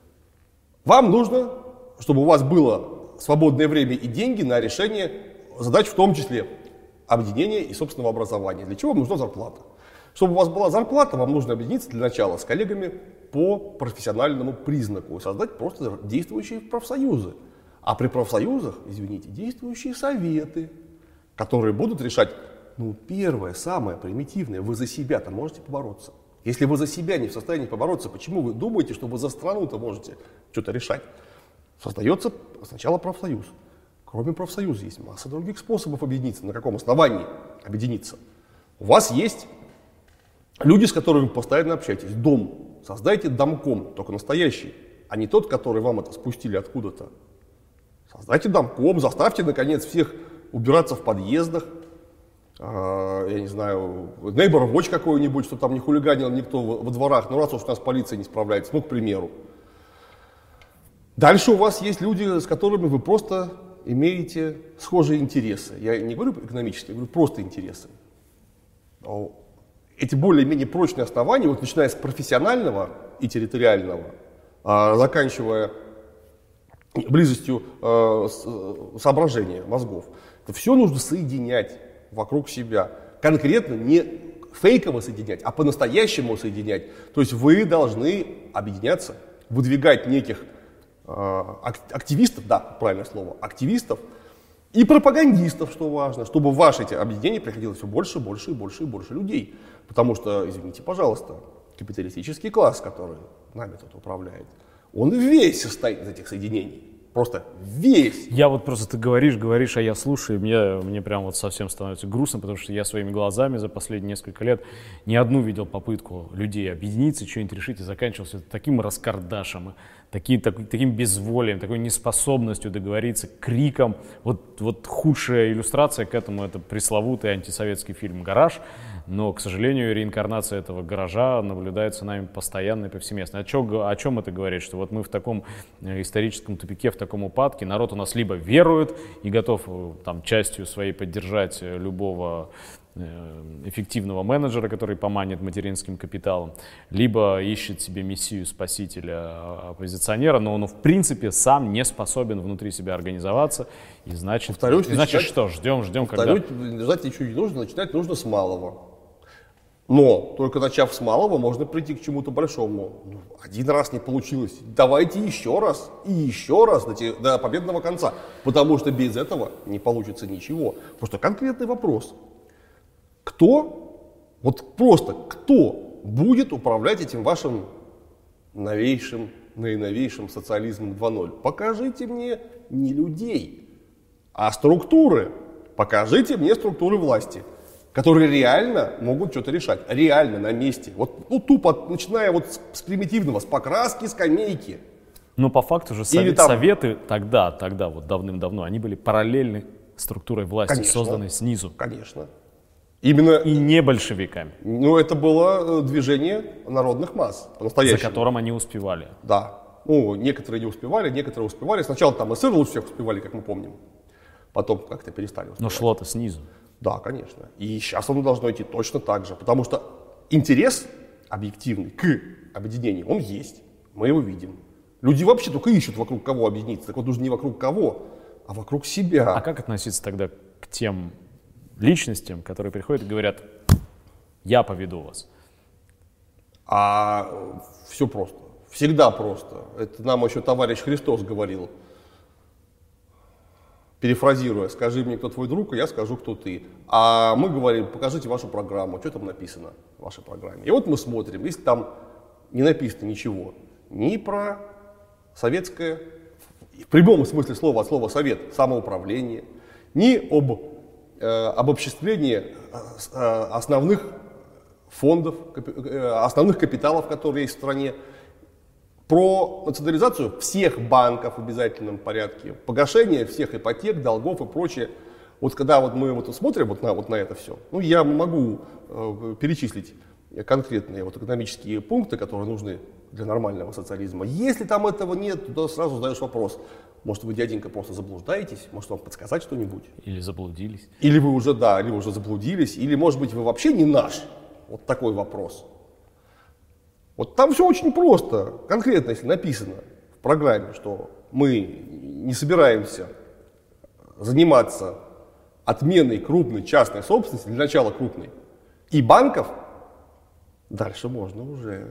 Вам нужно, чтобы у вас было свободное время и деньги на решение задач, в том числе объединения и собственного образования. Для чего вам нужна зарплата? Чтобы у вас была зарплата, вам нужно объединиться для начала с коллегами по профессиональному признаку и создать просто действующие профсоюзы. А при профсоюзах, извините, действующие советы, которые будут решать, ну, первое, самое примитивное, вы за себя-то можете побороться. Если вы за себя не в состоянии побороться, почему вы думаете, что вы за страну-то можете что-то решать? Создается сначала профсоюз. Кроме профсоюза есть масса других способов объединиться. На каком основании объединиться? У вас есть люди, с которыми вы постоянно общаетесь. Дом. Создайте домком, только настоящий, а не тот, который вам это спустили откуда-то. Создайте домком, заставьте, наконец, всех убираться в подъездах. Я не знаю, Neighbor Watch какой-нибудь, чтобы там не хулиганил никто во дворах. Ну, раз уж у нас полиция не справляется, ну, к примеру. Дальше у вас есть люди, с которыми вы просто имеете схожие интересы. Я не говорю экономические, я говорю просто интересы. Эти более-менее прочные основания, вот начиная с профессионального и территориального, заканчивая близостью соображения мозгов, это все нужно соединять вокруг себя. Конкретно не фейково соединять, а по-настоящему соединять. То есть вы должны объединяться, выдвигать неких активистов, да, правильное слово, активистов и пропагандистов, что важно, чтобы в ваши эти объединения приходило все больше, больше и больше и больше людей. Потому что, извините, пожалуйста, капиталистический класс, который нами тут управляет, он весь состоит из этих соединений. Просто весь. Я вот просто, ты говоришь, а я слушаю, и мне прям вот совсем становится грустно, потому что я своими глазами за последние несколько лет не одну видел попытку людей объединиться, что-нибудь решить, и заканчивался таким раскардашем, таким безволием, такой неспособностью договориться, криком. Вот худшая иллюстрация к этому — это пресловутый антисоветский фильм «Гараж», но, к сожалению, реинкарнация этого гаража наблюдается нами постоянно и повсеместно. О чем это говорит? Что вот мы в таком историческом тупике, в таком упадке, народ у нас либо верует и готов там частью своей поддержать любого эффективного менеджера, который поманит материнским капиталом, либо ищет себе мессию, спасителя, оппозиционера, но он в принципе сам не способен внутри себя организоваться, и значит, что, ждем, когда... Ждать ничего не нужно, начинать нужно с малого. Но только начав с малого, можно прийти к чему-то большому. Один раз не получилось, давайте еще раз и еще раз до победного конца, потому что без этого не получится ничего. Просто конкретный вопрос. Кто будет управлять этим вашим наиновейшим социализмом 2.0? Покажите мне не людей, а структуры. Покажите мне структуры власти, которые реально могут что-то решать, реально на месте. Тупо, начиная с примитивного, с покраски скамейки. Но по факту же советы тогда, вот давным-давно, они были параллельны структурой власти, конечно, созданной снизу. Конечно. Именно, и не большевиками. Ну, это было движение народных масс, по-настоящему. За которым они успевали. Да. Ну, некоторые не успевали, некоторые успевали. Сначала там эсеры лучше всех успевали, как мы помним. Потом как-то перестали успевать. Но шло-то снизу. Да, конечно. И сейчас оно должно идти точно так же. Потому что интерес объективный к объединению, он есть. Мы его видим. Люди вообще только ищут, вокруг кого объединиться. Так вот, нужно не вокруг кого, а вокруг себя. А как относиться тогда к тем личностям, которые приходят и говорят: я поведу вас? А все просто. Всегда просто. Это нам еще товарищ Христос говорил. Перефразируя: скажи мне, кто твой друг, и я скажу, кто ты. А мы говорим: покажите вашу программу, что там написано в вашей программе. И вот мы смотрим, если там не написано ничего ни про советское, в прямом смысле слова, от слова совет, самоуправление, ни об обобществлении основных фондов, основных капиталов, которые есть в стране, про национализацию всех банков в обязательном порядке, погашение всех ипотек, долгов и прочее. Вот когда вот мы вот смотрим вот на это все, ну, я могу перечислить конкретные вот экономические пункты, которые нужны для нормального социализма. Если там этого нет, то сразу задаешь вопрос: может, вы, дяденька, просто заблуждаетесь? Может, вам подсказать что-нибудь? Или заблудились? Или вы уже, да, или уже заблудились, или, может быть, вы вообще не наш? Вот такой вопрос. Вот там все очень просто, конкретно, если написано в программе, что мы не собираемся заниматься отменой крупной частной собственности, для начала крупной, и банков, дальше можно уже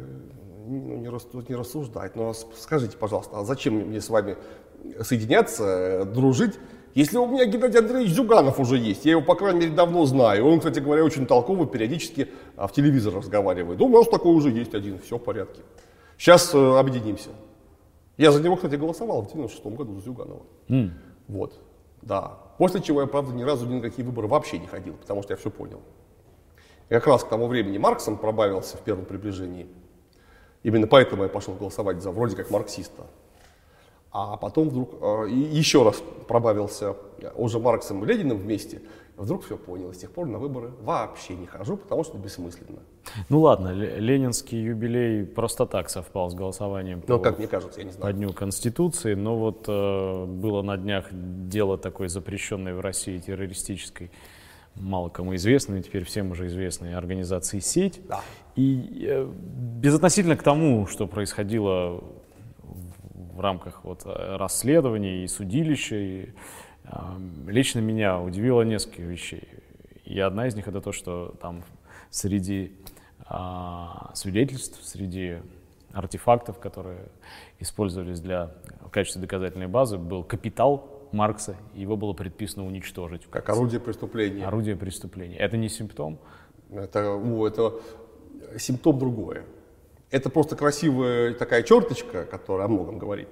не рассуждать. Но скажите, пожалуйста, а зачем мне с вами соединяться, дружить, если у меня Геннадий Андреевич Зюганов уже есть? Я его, по крайней мере, давно знаю. Он, кстати говоря, очень толково периодически в телевизор разговаривает. Ну, у нас такой уже есть один, все в порядке. Сейчас объединимся. Я за него, кстати, голосовал в 1996 году, за Зюганова. Вот, да. После чего я, правда, ни разу ни на какие выборы вообще не ходил, потому что я все понял. И как раз к тому времени Марксом пробавился в первом приближении. Именно поэтому я пошел голосовать за вроде как марксиста. А потом вдруг еще раз пробавился уже Марксом и Лениным вместе. Вдруг все понял. И с тех пор на выборы вообще не хожу, потому что бессмысленно. Ну ладно, ленинский юбилей просто так совпал с голосованием Ну, как мне кажется, я не знаю. по Дню Конституции. Но вот было на днях дело такой запрещенной в России террористической, мало кому известной, теперь всем уже известной организации «Сеть». Да. И безотносительно к тому, что происходило в рамках вот расследований и судилища, и, лично меня удивило несколько вещей. И одна из них — это то, что там среди свидетельств, среди артефактов, которые использовались в качестве доказательной базы, был капитал Маркса, и его было предписано уничтожить. Как орудие преступления. Орудие преступления. Это не симптом? Это симптом другое. Это просто красивая такая черточка, которая о многом говорит.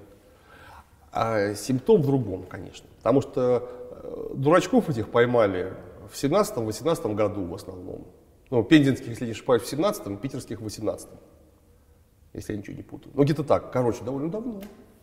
А симптом в другом, конечно. Потому что дурачков этих поймали в 17-18 году в основном. Ну, пензенских, если не ошибаюсь, в 17-м, питерских в 18-м. Если я ничего не путаю. Ну, где-то так. Короче, довольно давно.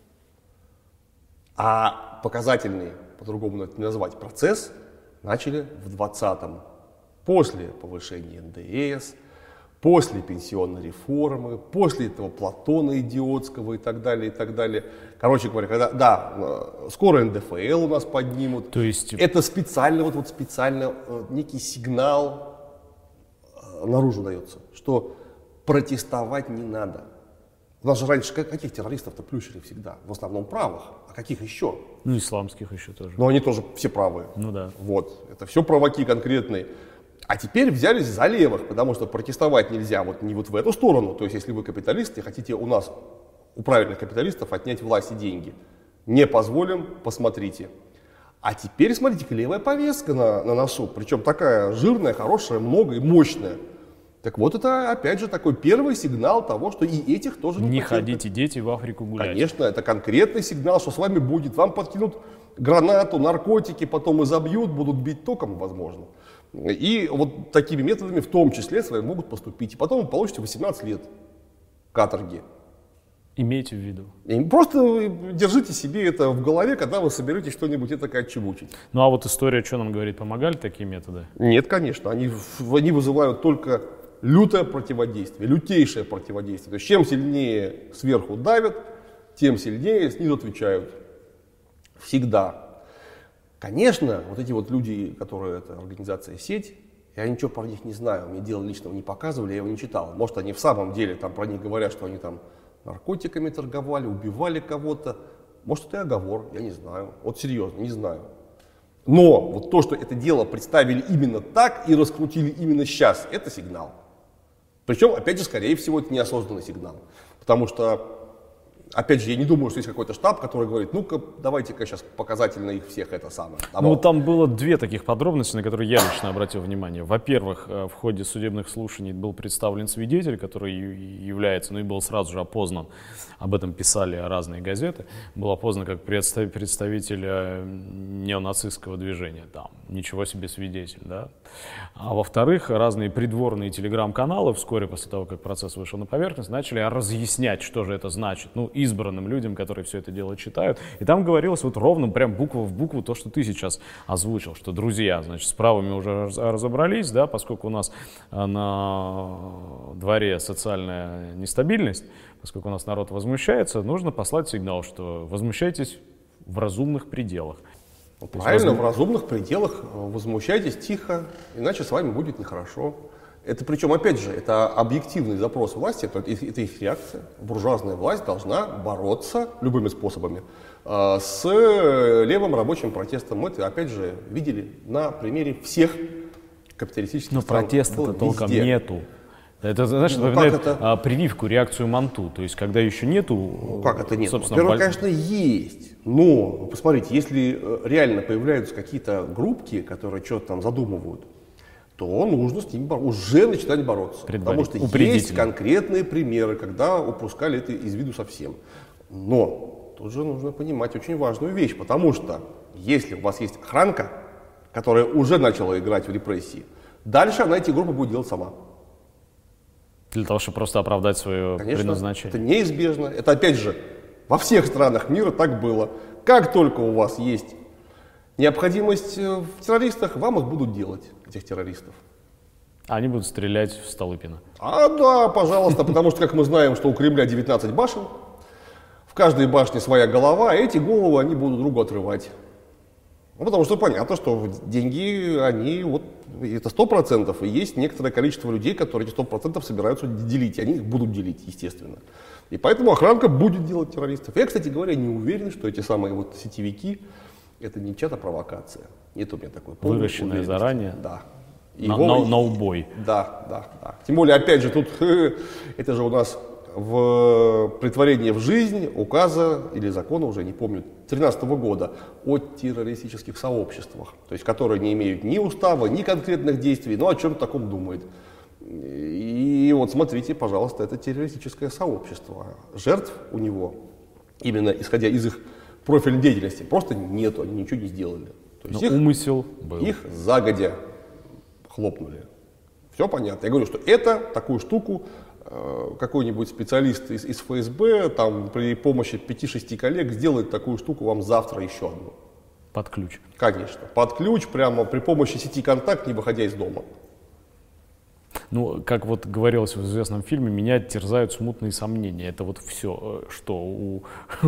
А показательный, по-другому это не назвать, процесс начали в 20-м. После повышения НДС, после пенсионной реформы, после этого Платона идиотского и так далее, и так далее. Короче говоря, скоро НДФЛ у нас поднимут. То есть это специально некий сигнал наружу дается, что протестовать не надо. У нас же раньше каких террористов-то плющили всегда? В основном правых. А каких еще? Ну, исламских еще тоже. Но они тоже все правые. Ну да. Вот. Это все праваки конкретные. А теперь взялись за левых, потому что протестовать нельзя не вот в эту сторону. То есть, если вы капиталисты, хотите у правильных капиталистов отнять власть и деньги. Не позволим, посмотрите. А теперь, смотрите-ка, левая повестка на носу. Причем такая жирная, хорошая, много и мощная. Так вот, это опять же такой первый сигнал того, что и этих тоже не потерпят. Ходите, дети, в Африку гулять. Конечно, это конкретный сигнал, что с вами будет. Вам подкинут гранату, наркотики, потом изобьют, будут бить током, возможно. И вот такими методами в том числе с вами могут поступить. И потом вы получите 18 лет каторги. Имейте в виду. И просто держите себе это в голове, когда вы соберетесь что-нибудь это отчебучить. Ну а вот история, что нам говорит, помогали такие методы? Нет, конечно. Они вызывают только лютое противодействие, лютейшее противодействие. То есть чем сильнее сверху давят, тем сильнее снизу отвечают. Всегда. Конечно, вот эти вот люди, которые это организация «Сеть», я ничего про них не знаю, мне дела личного не показывали, я его не читал. Может, они в самом деле там про них говорят, что они там наркотиками торговали, убивали кого-то. Может, это и оговор, я не знаю. Вот серьезно, не знаю. Но вот то, что это дело представили именно так и раскрутили именно сейчас, это сигнал. Причем, опять же, скорее всего, это неосознанный сигнал. Потому что, опять же, я не думаю, что есть какой-то штаб, который говорит, ну-ка, давайте-ка сейчас показательно их всех это самое. Ну, там было две таких подробности, на которые я лично обратил внимание. Во-первых, в ходе судебных слушаний был представлен свидетель, который является, ну и был сразу же опознан, об этом писали разные газеты, был опознан как представитель неонацистского движения. Там, ничего себе свидетель, да. А во-вторых, разные придворные телеграм-каналы вскоре после того, как процесс вышел на поверхность, начали разъяснять, что же это значит, ну, избранным людям, которые все это дело читают. И там говорилось вот ровно, прям буква в букву то, что ты сейчас озвучил, что, друзья, значит, с правами уже разобрались, да, поскольку у нас на дворе социальная нестабильность, поскольку у нас народ возмущается, нужно послать сигнал, что возмущайтесь в разумных пределах. Правильно, в разумных пределах возмущайтесь тихо, иначе с вами будет нехорошо. Это причем, опять же, это объективный запрос власти, это их реакция. Буржуазная власть должна бороться любыми способами с левым рабочим протестом. Мы это, опять же, видели на примере всех капиталистических стран. Но протеста-то толком нету. Это, знаешь, напоминает прививку, реакцию Манту. То есть, когда еще нету... Как это нет? Во-первых, конечно, есть. Но, посмотрите, если реально появляются какие-то группки, которые что-то там задумывают, то нужно с ними уже начинать бороться. Потому что есть конкретные примеры, когда упускали это из виду совсем. Но тут же нужно понимать очень важную вещь, потому что если у вас есть охранка, которая уже начала играть в репрессии, дальше она эти группы будет делать сама. Для того, чтобы просто оправдать свое предназначение. Это неизбежно. Это, опять же, во всех странах мира так было. Как только у вас есть необходимость в террористах, вам их будут делать, этих террористов. Они будут стрелять в Столыпина. Да, пожалуйста, потому что, как мы знаем, что у Кремля 19 башен, в каждой башне своя голова, а эти головы они будут другу отрывать. Ну, потому что понятно, что деньги, они вот, это 100%, и есть некоторое количество людей, которые эти 100% собираются делить, и они их будут делить, естественно. И поэтому охранка будет делать террористов. Я, кстати говоря, не уверен, что эти самые вот сетевики, это не чья-то провокация. Нет у меня такой полной выращенная заранее? Да. На убой. Да. Тем более, опять же, тут это же у нас в претворении в жизнь указа или закона, уже не помню, 2013 года о террористических сообществах, то есть которые не имеют ни устава, ни конкретных действий, но о чем-то таком думает. И вот смотрите, пожалуйста, это террористическое сообщество. Жертв у него, именно исходя из их профильной деятельности, просто нету, они ничего не сделали. То есть умысел был. Их загодя хлопнули. Все понятно. Я говорю, что это такую штуку какой-нибудь специалист из ФСБ там, при помощи 5-6 коллег сделает такую штуку вам завтра еще одну. Под ключ. Конечно. Под ключ, прямо при помощи сети «Контакт», не выходя из дома. Ну, как вот говорилось в известном фильме, меня терзают смутные сомнения. Это вот все, что у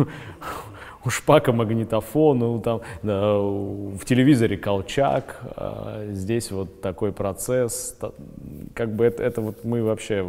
Шпака магнитофон, там, да, в телевизоре Колчак, здесь вот такой процесс. Как бы это вот мы вообще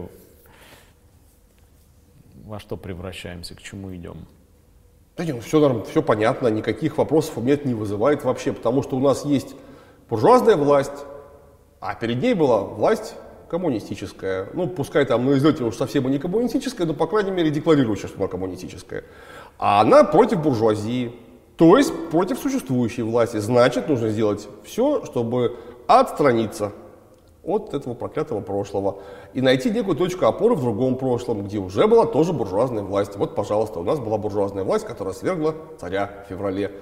во что превращаемся, к чему идем? Да нет, все понятно, никаких вопросов у меня это не вызывает вообще, потому что у нас есть буржуазная власть, а перед ней была власть коммунистическая. Ну, пускай там на излете уж совсем и не коммунистическая, но, по крайней мере, декларирующая, что она коммунистическая. А она против буржуазии, то есть против существующей власти. Значит, нужно сделать все, чтобы отстраниться от этого проклятого прошлого и найти некую точку опоры в другом прошлом, где уже была тоже буржуазная власть. Вот, пожалуйста, у нас была буржуазная власть, которая свергла царя в феврале.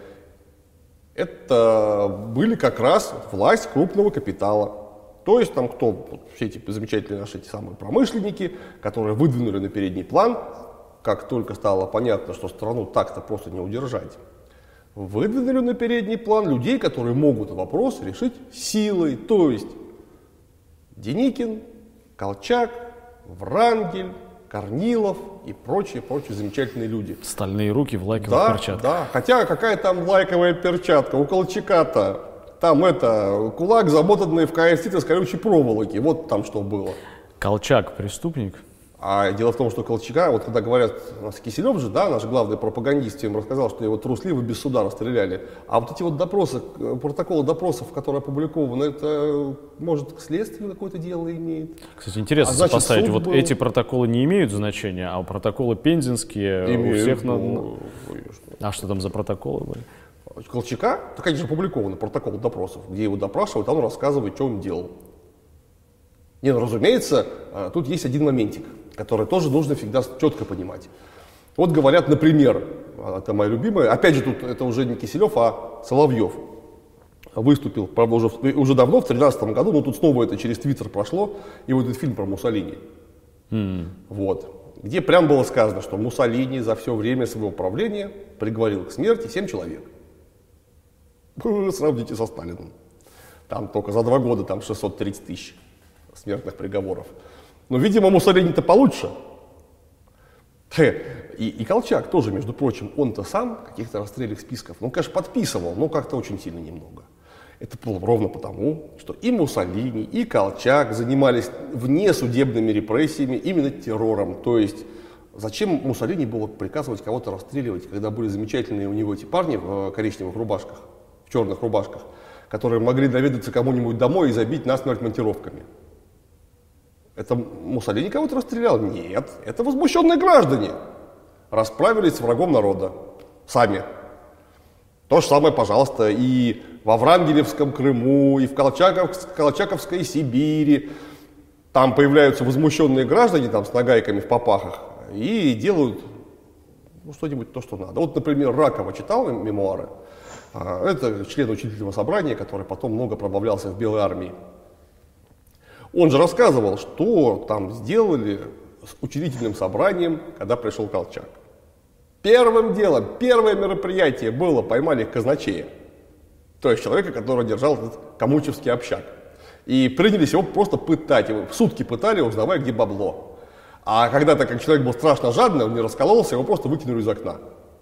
Это были как раз власть крупного капитала. То есть там кто? Все эти замечательные наши эти самые промышленники, которые выдвинули на передний план, как только стало понятно, что страну так-то просто не удержать, выдвинули на передний план людей, которые могут вопрос решить силой. То есть Деникин, Колчак, Врангель, Корнилов и прочие замечательные люди. Стальные руки в лайковых перчатках. Да, хотя какая там лайковая перчатка? У Колчака-то там кулак, замотанный в КСТ из колючей проволоки. Вот там что было. Колчак преступник? А дело в том, что Колчака, вот когда говорят, у нас Киселев же, да, наш главный пропагандист, им рассказал, что его трусливо без суда расстреляли. А вот эти вот допросы, протоколы допросов, которые опубликованы, это, может, к следствию какое-то дело имеет? Кстати, интересно сопоставить. Вот эти протоколы не имеют значения, а протоколы пензенские имеют, у всех... А что там за протоколы были? Колчака, то, конечно, опубликованы протоколы допросов, где его допрашивают, а он рассказывает, что он делал. Не, ну, разумеется, тут есть один моментик, который тоже нужно всегда четко понимать. Вот говорят, например, это моя любимая, опять же, тут это уже не Киселев, а Соловьев выступил, правда, уже давно, в 2013 году, но тут снова это через Твиттер прошло, и вот этот фильм про Муссолини. Вот, где прям было сказано, что Муссолини за все время своего правления приговорил к смерти 7 человек. Сравните со Сталиным. Там только за 2 года там 630 тысяч смертных приговоров. Но, видимо, Муссолини-то получше. И Колчак тоже, между прочим, он-то сам каких-то расстрельных списков, ну, конечно, подписывал, но как-то очень сильно немного. Это было ровно потому, что и Муссолини, и Колчак занимались внесудебными репрессиями, именно террором. То есть, зачем Муссолини было приказывать кого-то расстреливать, когда были замечательные у него эти парни в коричневых рубашках, в черных рубашках, которые могли наведаться кому-нибудь домой и забить насмерть монтировками. Это Муссолини кого-то расстрелял? Нет, это возмущенные граждане расправились с врагом народа сами. То же самое, пожалуйста, и во Врангелевском Крыму, и в Колчаковской Сибири. Там появляются возмущенные граждане там, с нагайками в попахах и делают что-нибудь то, что надо. Вот, например, Ракова читал мемуары. Это член учительного собрания, который потом много пробавлялся в Белой армии. Он же рассказывал, что там сделали с учредительным собранием, когда пришел Колчак. Первым делом, первое мероприятие было, поймали казначея, то есть человека, который держал этот камучевский общак. И принялись его просто пытать, его сутки пытали, узнавая, где бабло. А когда-то, как человек был страшно жадный, он не раскололся, его просто выкинули из окна.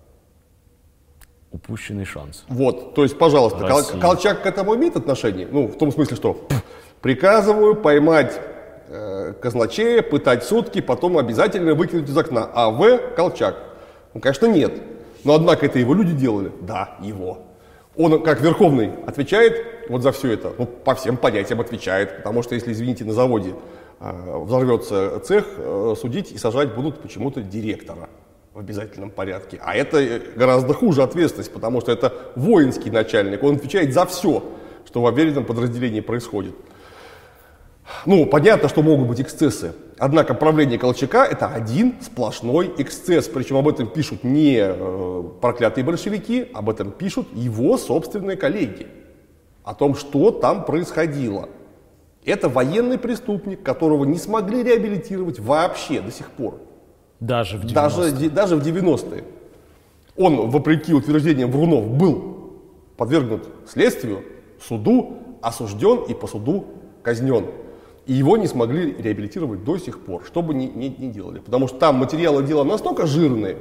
Упущенный шанс. Вот, то есть, пожалуйста, Колчак к этому имеет отношение? Ну, в том смысле, что приказываю поймать казначея, пытать сутки, потом обязательно выкинуть из окна. А Колчак? Ну, конечно, нет. Но, однако, это его люди делали? Да, его. Он, как Верховный, отвечает вот за все это? Ну, по всем понятиям отвечает, потому что, если, извините, на заводе взорвется цех, судить и сажать будут почему-то директора в обязательном порядке. А это гораздо хуже ответственность, потому что это воинский начальник, он отвечает за все, что в объявленном подразделении происходит. Ну, понятно, что могут быть эксцессы. Однако правление Колчака — это один сплошной эксцесс. Причем об этом пишут не проклятые большевики, об этом пишут его собственные коллеги. О том, что там происходило. Это военный преступник, которого не смогли реабилитировать вообще до сих пор. Даже в 90-е. Даже в 90-е. Он, вопреки утверждениям врунов, был подвергнут следствию, суду, осужден и по суду казнен. И его не смогли реабилитировать до сих пор, что бы ни делали. Потому что там материалы дела настолько жирные,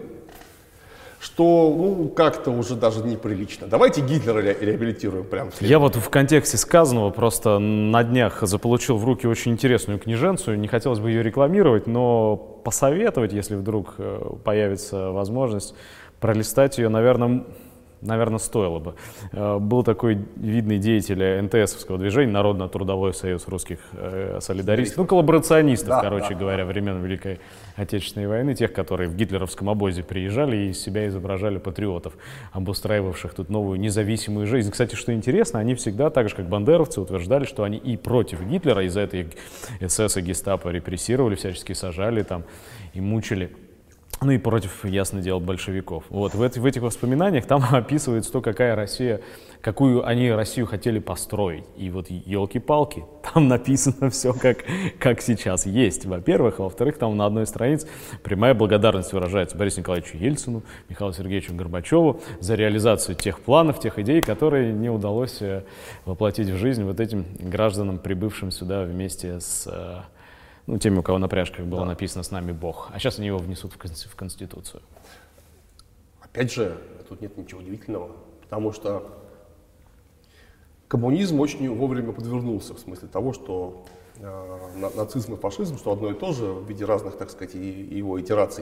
что ну, как-то уже даже неприлично. Давайте Гитлера реабилитируем прямо. Я вот в контексте сказанного просто на днях заполучил в руки очень интересную книженцию. Не хотелось бы ее рекламировать, но посоветовать, если вдруг появится возможность, пролистать ее, наверное, стоило бы. Был такой видный деятель НТСовского движения, Народно-трудовой союз русских солидаристов, ну, коллаборационистов, да, говоря, времен Великой Отечественной войны, тех, которые в гитлеровском обозе приезжали и из себя изображали патриотов, обустраивавших тут новую независимую жизнь. Кстати, что интересно, они всегда, так же как бандеровцы, утверждали, что они и против Гитлера, из-за этого СС и гестапо репрессировали, всячески сажали там и мучили. Ну и против, ясно дело, большевиков. Вот, в этих воспоминаниях там описывается то, какую они Россию хотели построить. И вот елки-палки, там написано все как сейчас есть, во-первых. А во-вторых, там на одной странице прямая благодарность выражается Борису Николаевичу Ельцину, Михаилу Сергеевичу Горбачеву за реализацию тех планов, тех идей, которые не удалось воплотить в жизнь вот этим гражданам, прибывшим сюда вместе с Ну, теми, у кого на пряжках было написано «С нами Бог». А сейчас они его внесут в Конституцию. Опять же, тут нет ничего удивительного, потому что коммунизм очень вовремя подвернулся, в смысле того, что нацизм и фашизм, что одно и то же в виде разных, так сказать, его итераций,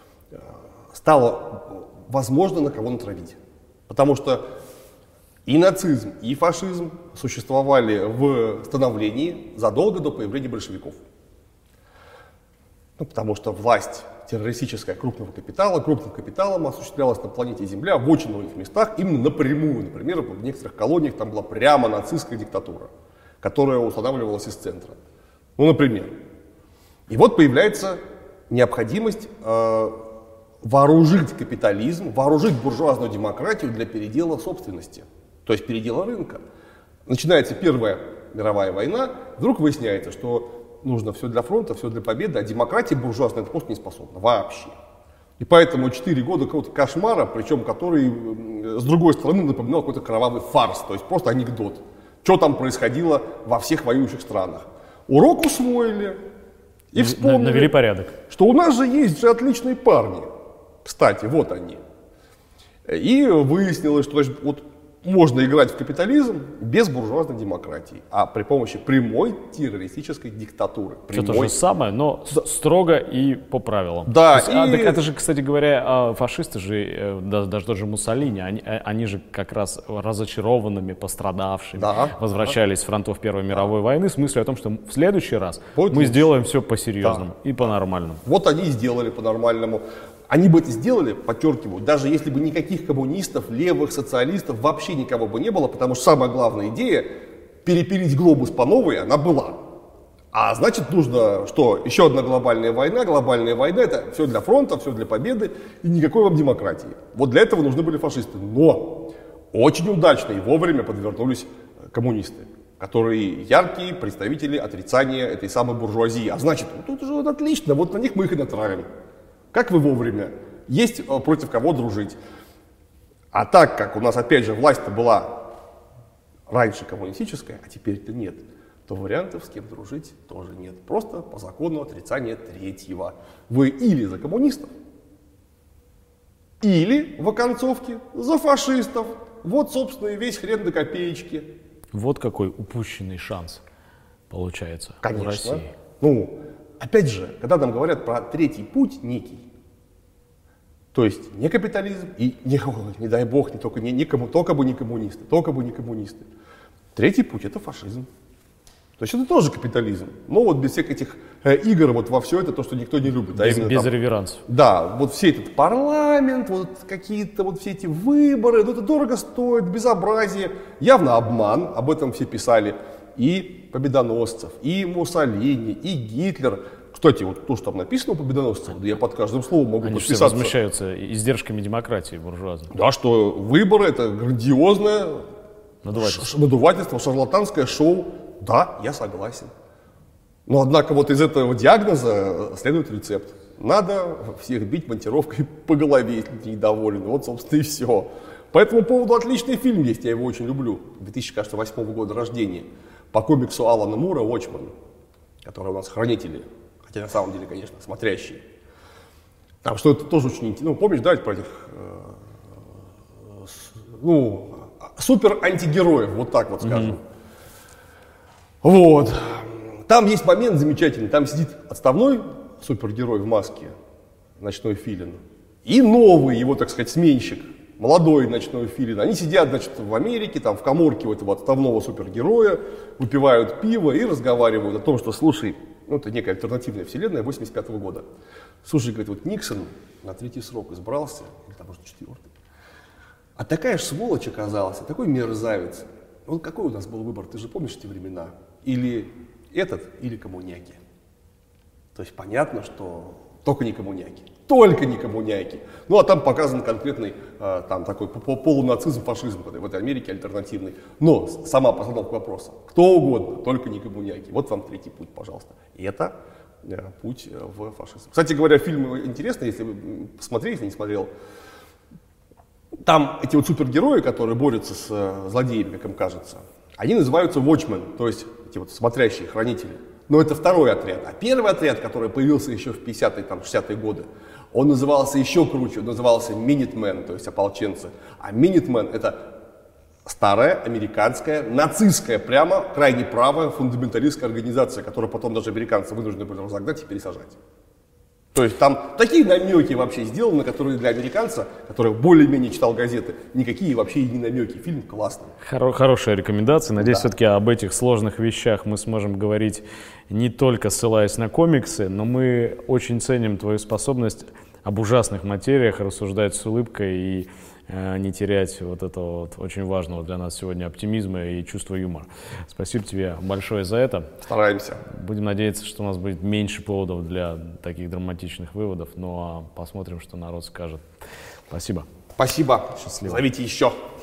стало возможно на кого натравить. Потому что и нацизм, и фашизм существовали в становлении задолго до появления большевиков. Ну, потому что власть террористическая крупным капиталом осуществлялась на планете Земля в очень многих местах именно напрямую. Например, в некоторых колониях там была прямо нацистская диктатура, которая устанавливалась из центра. Ну, например. И вот появляется необходимость вооружить капитализм, вооружить буржуазную демократию для передела собственности, то есть передела рынка. Начинается Первая мировая война, вдруг выясняется, что нужно все для фронта, все для победы, а демократия буржуазная это просто не способна вообще. И поэтому 4 года какого-то кошмара, причем который с другой стороны напоминал какой-то кровавый фарс, то есть просто анекдот. Что там происходило во всех воюющих странах. Урок усвоили и вспомнили, навели порядок, что у нас же есть же отличные парни. Кстати, вот они. И выяснилось, что значит, вот можно играть в капитализм без буржуазной демократии, а при помощи прямой террористической диктатуры. Все то же самое, но строго и по правилам. Да, есть, так это же, кстати говоря, фашисты же, даже тот же Муссолини, они же как раз разочарованными, пострадавшими возвращались с фронтов Первой мировой войны с мыслью о том, что в следующий раз мы сделаем все по-серьезному и по-нормальному. Вот они и сделали по-нормальному. Они бы это сделали, подчеркиваю, даже если бы никаких коммунистов, левых, социалистов, вообще никого бы не было, потому что самая главная идея перепилить глобус по новой, она была. А значит, нужно, что еще одна глобальная война это все для фронта, все для победы и никакой вам демократии. Вот для этого нужны были фашисты. Но очень удачно и вовремя подвернулись коммунисты, которые яркие представители отрицания этой самой буржуазии. А значит, тут уже вот отлично, вот на них мы их и натравим. Как вы вовремя? Есть против кого дружить. А так как у нас, опять же, власть-то была раньше коммунистическая, а теперь-то нет, то вариантов с кем дружить тоже нет. Просто по закону отрицания третьего. Вы или за коммунистов, или в оконцовке за фашистов. Вот, собственно, и весь хрен до копеечки. Вот какой упущенный шанс получается в России. Ну, опять же, когда нам говорят про третий путь некий, то есть не капитализм и не дай бог, только бы не коммунисты. Третий путь это фашизм. То есть это тоже капитализм, но вот без всех этих игр вот во все это, то, что никто не любит. Без реверансов. Да, вот все этот парламент, вот какие-то вот все эти выборы, ну, это дорого стоит, безобразие, явно обман, об этом все писали. И Победоносцев, и Муссолини, и Гитлер. Кстати, вот то, что там написано у Победоносцев, да я под каждым словом могу подписаться. Они все возмущаются издержками демократии буржуазной. Да, что выборы это грандиозное надувательство, шарлатанское шоу. Да, я согласен. Но однако вот из этого диагноза следует рецепт. Надо всех бить монтировкой по голове, если ты недоволен. Вот, собственно, и все. По этому поводу отличный фильм есть, я его очень люблю. 2008 года рождения. По комиксу Алана Мура «Watchmen», который у нас хранители, хотя на самом деле, конечно, смотрящие. Там что это тоже очень интересно. Ну, помнишь, да, про этих супер антигероев, вот так вот скажем. Вот. Там есть момент замечательный. Там сидит отставной супергерой в маске, ночной филин, и новый его, так сказать, сменщик, молодой ночной филин. Они сидят, значит, в Америке, там в каморке у этого отставного супергероя, выпивают пиво и разговаривают о том, что, слушай, ну это некая альтернативная вселенная 85 года. Слушай, говорит, вот Никсон на 3-й срок избрался, или там, может, 4-й. А такая ж сволочь оказалась, такой мерзавец. Вот какой у нас был выбор, ты же помнишь эти времена? Или этот, или коммуняки. То есть понятно, что только не коммуняки. Только не коммуняки. Ну а там показан конкретный там такой полунацизм, фашизм в этой Америке альтернативный. Но сама постановка вопроса. Кто угодно, только не коммуняки. Вот вам третий путь, пожалуйста. И это путь в фашизм. Кстати говоря, фильм интересный, если вы посмотрели, если не смотрел. Там эти вот супергерои, которые борются с злодеями, как им кажется, они называются Watchmen, то есть эти вот смотрящие, хранители. Но это второй отряд. А первый отряд, который появился еще в 50-е, 60-е годы, он назывался еще круче, он назывался Minutemen, то есть ополченцы. А Minutemen — это старая, американская, нацистская, прямо крайне правая фундаменталистская организация, которую потом даже американцы вынуждены были разогнать и пересажать. То есть там такие намеки вообще сделаны, которые для американца, который более-менее читал газеты, никакие вообще и не намеки. Фильм классный. Хорошая рекомендация. Надеюсь, Да. все-таки об этих сложных вещах мы сможем говорить не только ссылаясь на комиксы, но мы очень ценим твою способность об ужасных материях рассуждать с улыбкой и не терять вот этого вот очень важного для нас сегодня оптимизма и чувства юмора. Спасибо тебе большое за это. Стараемся. Будем надеяться, что у нас будет меньше поводов для таких драматичных выводов, но посмотрим, что народ скажет. Спасибо. Спасибо. Счастливо. Зовите еще.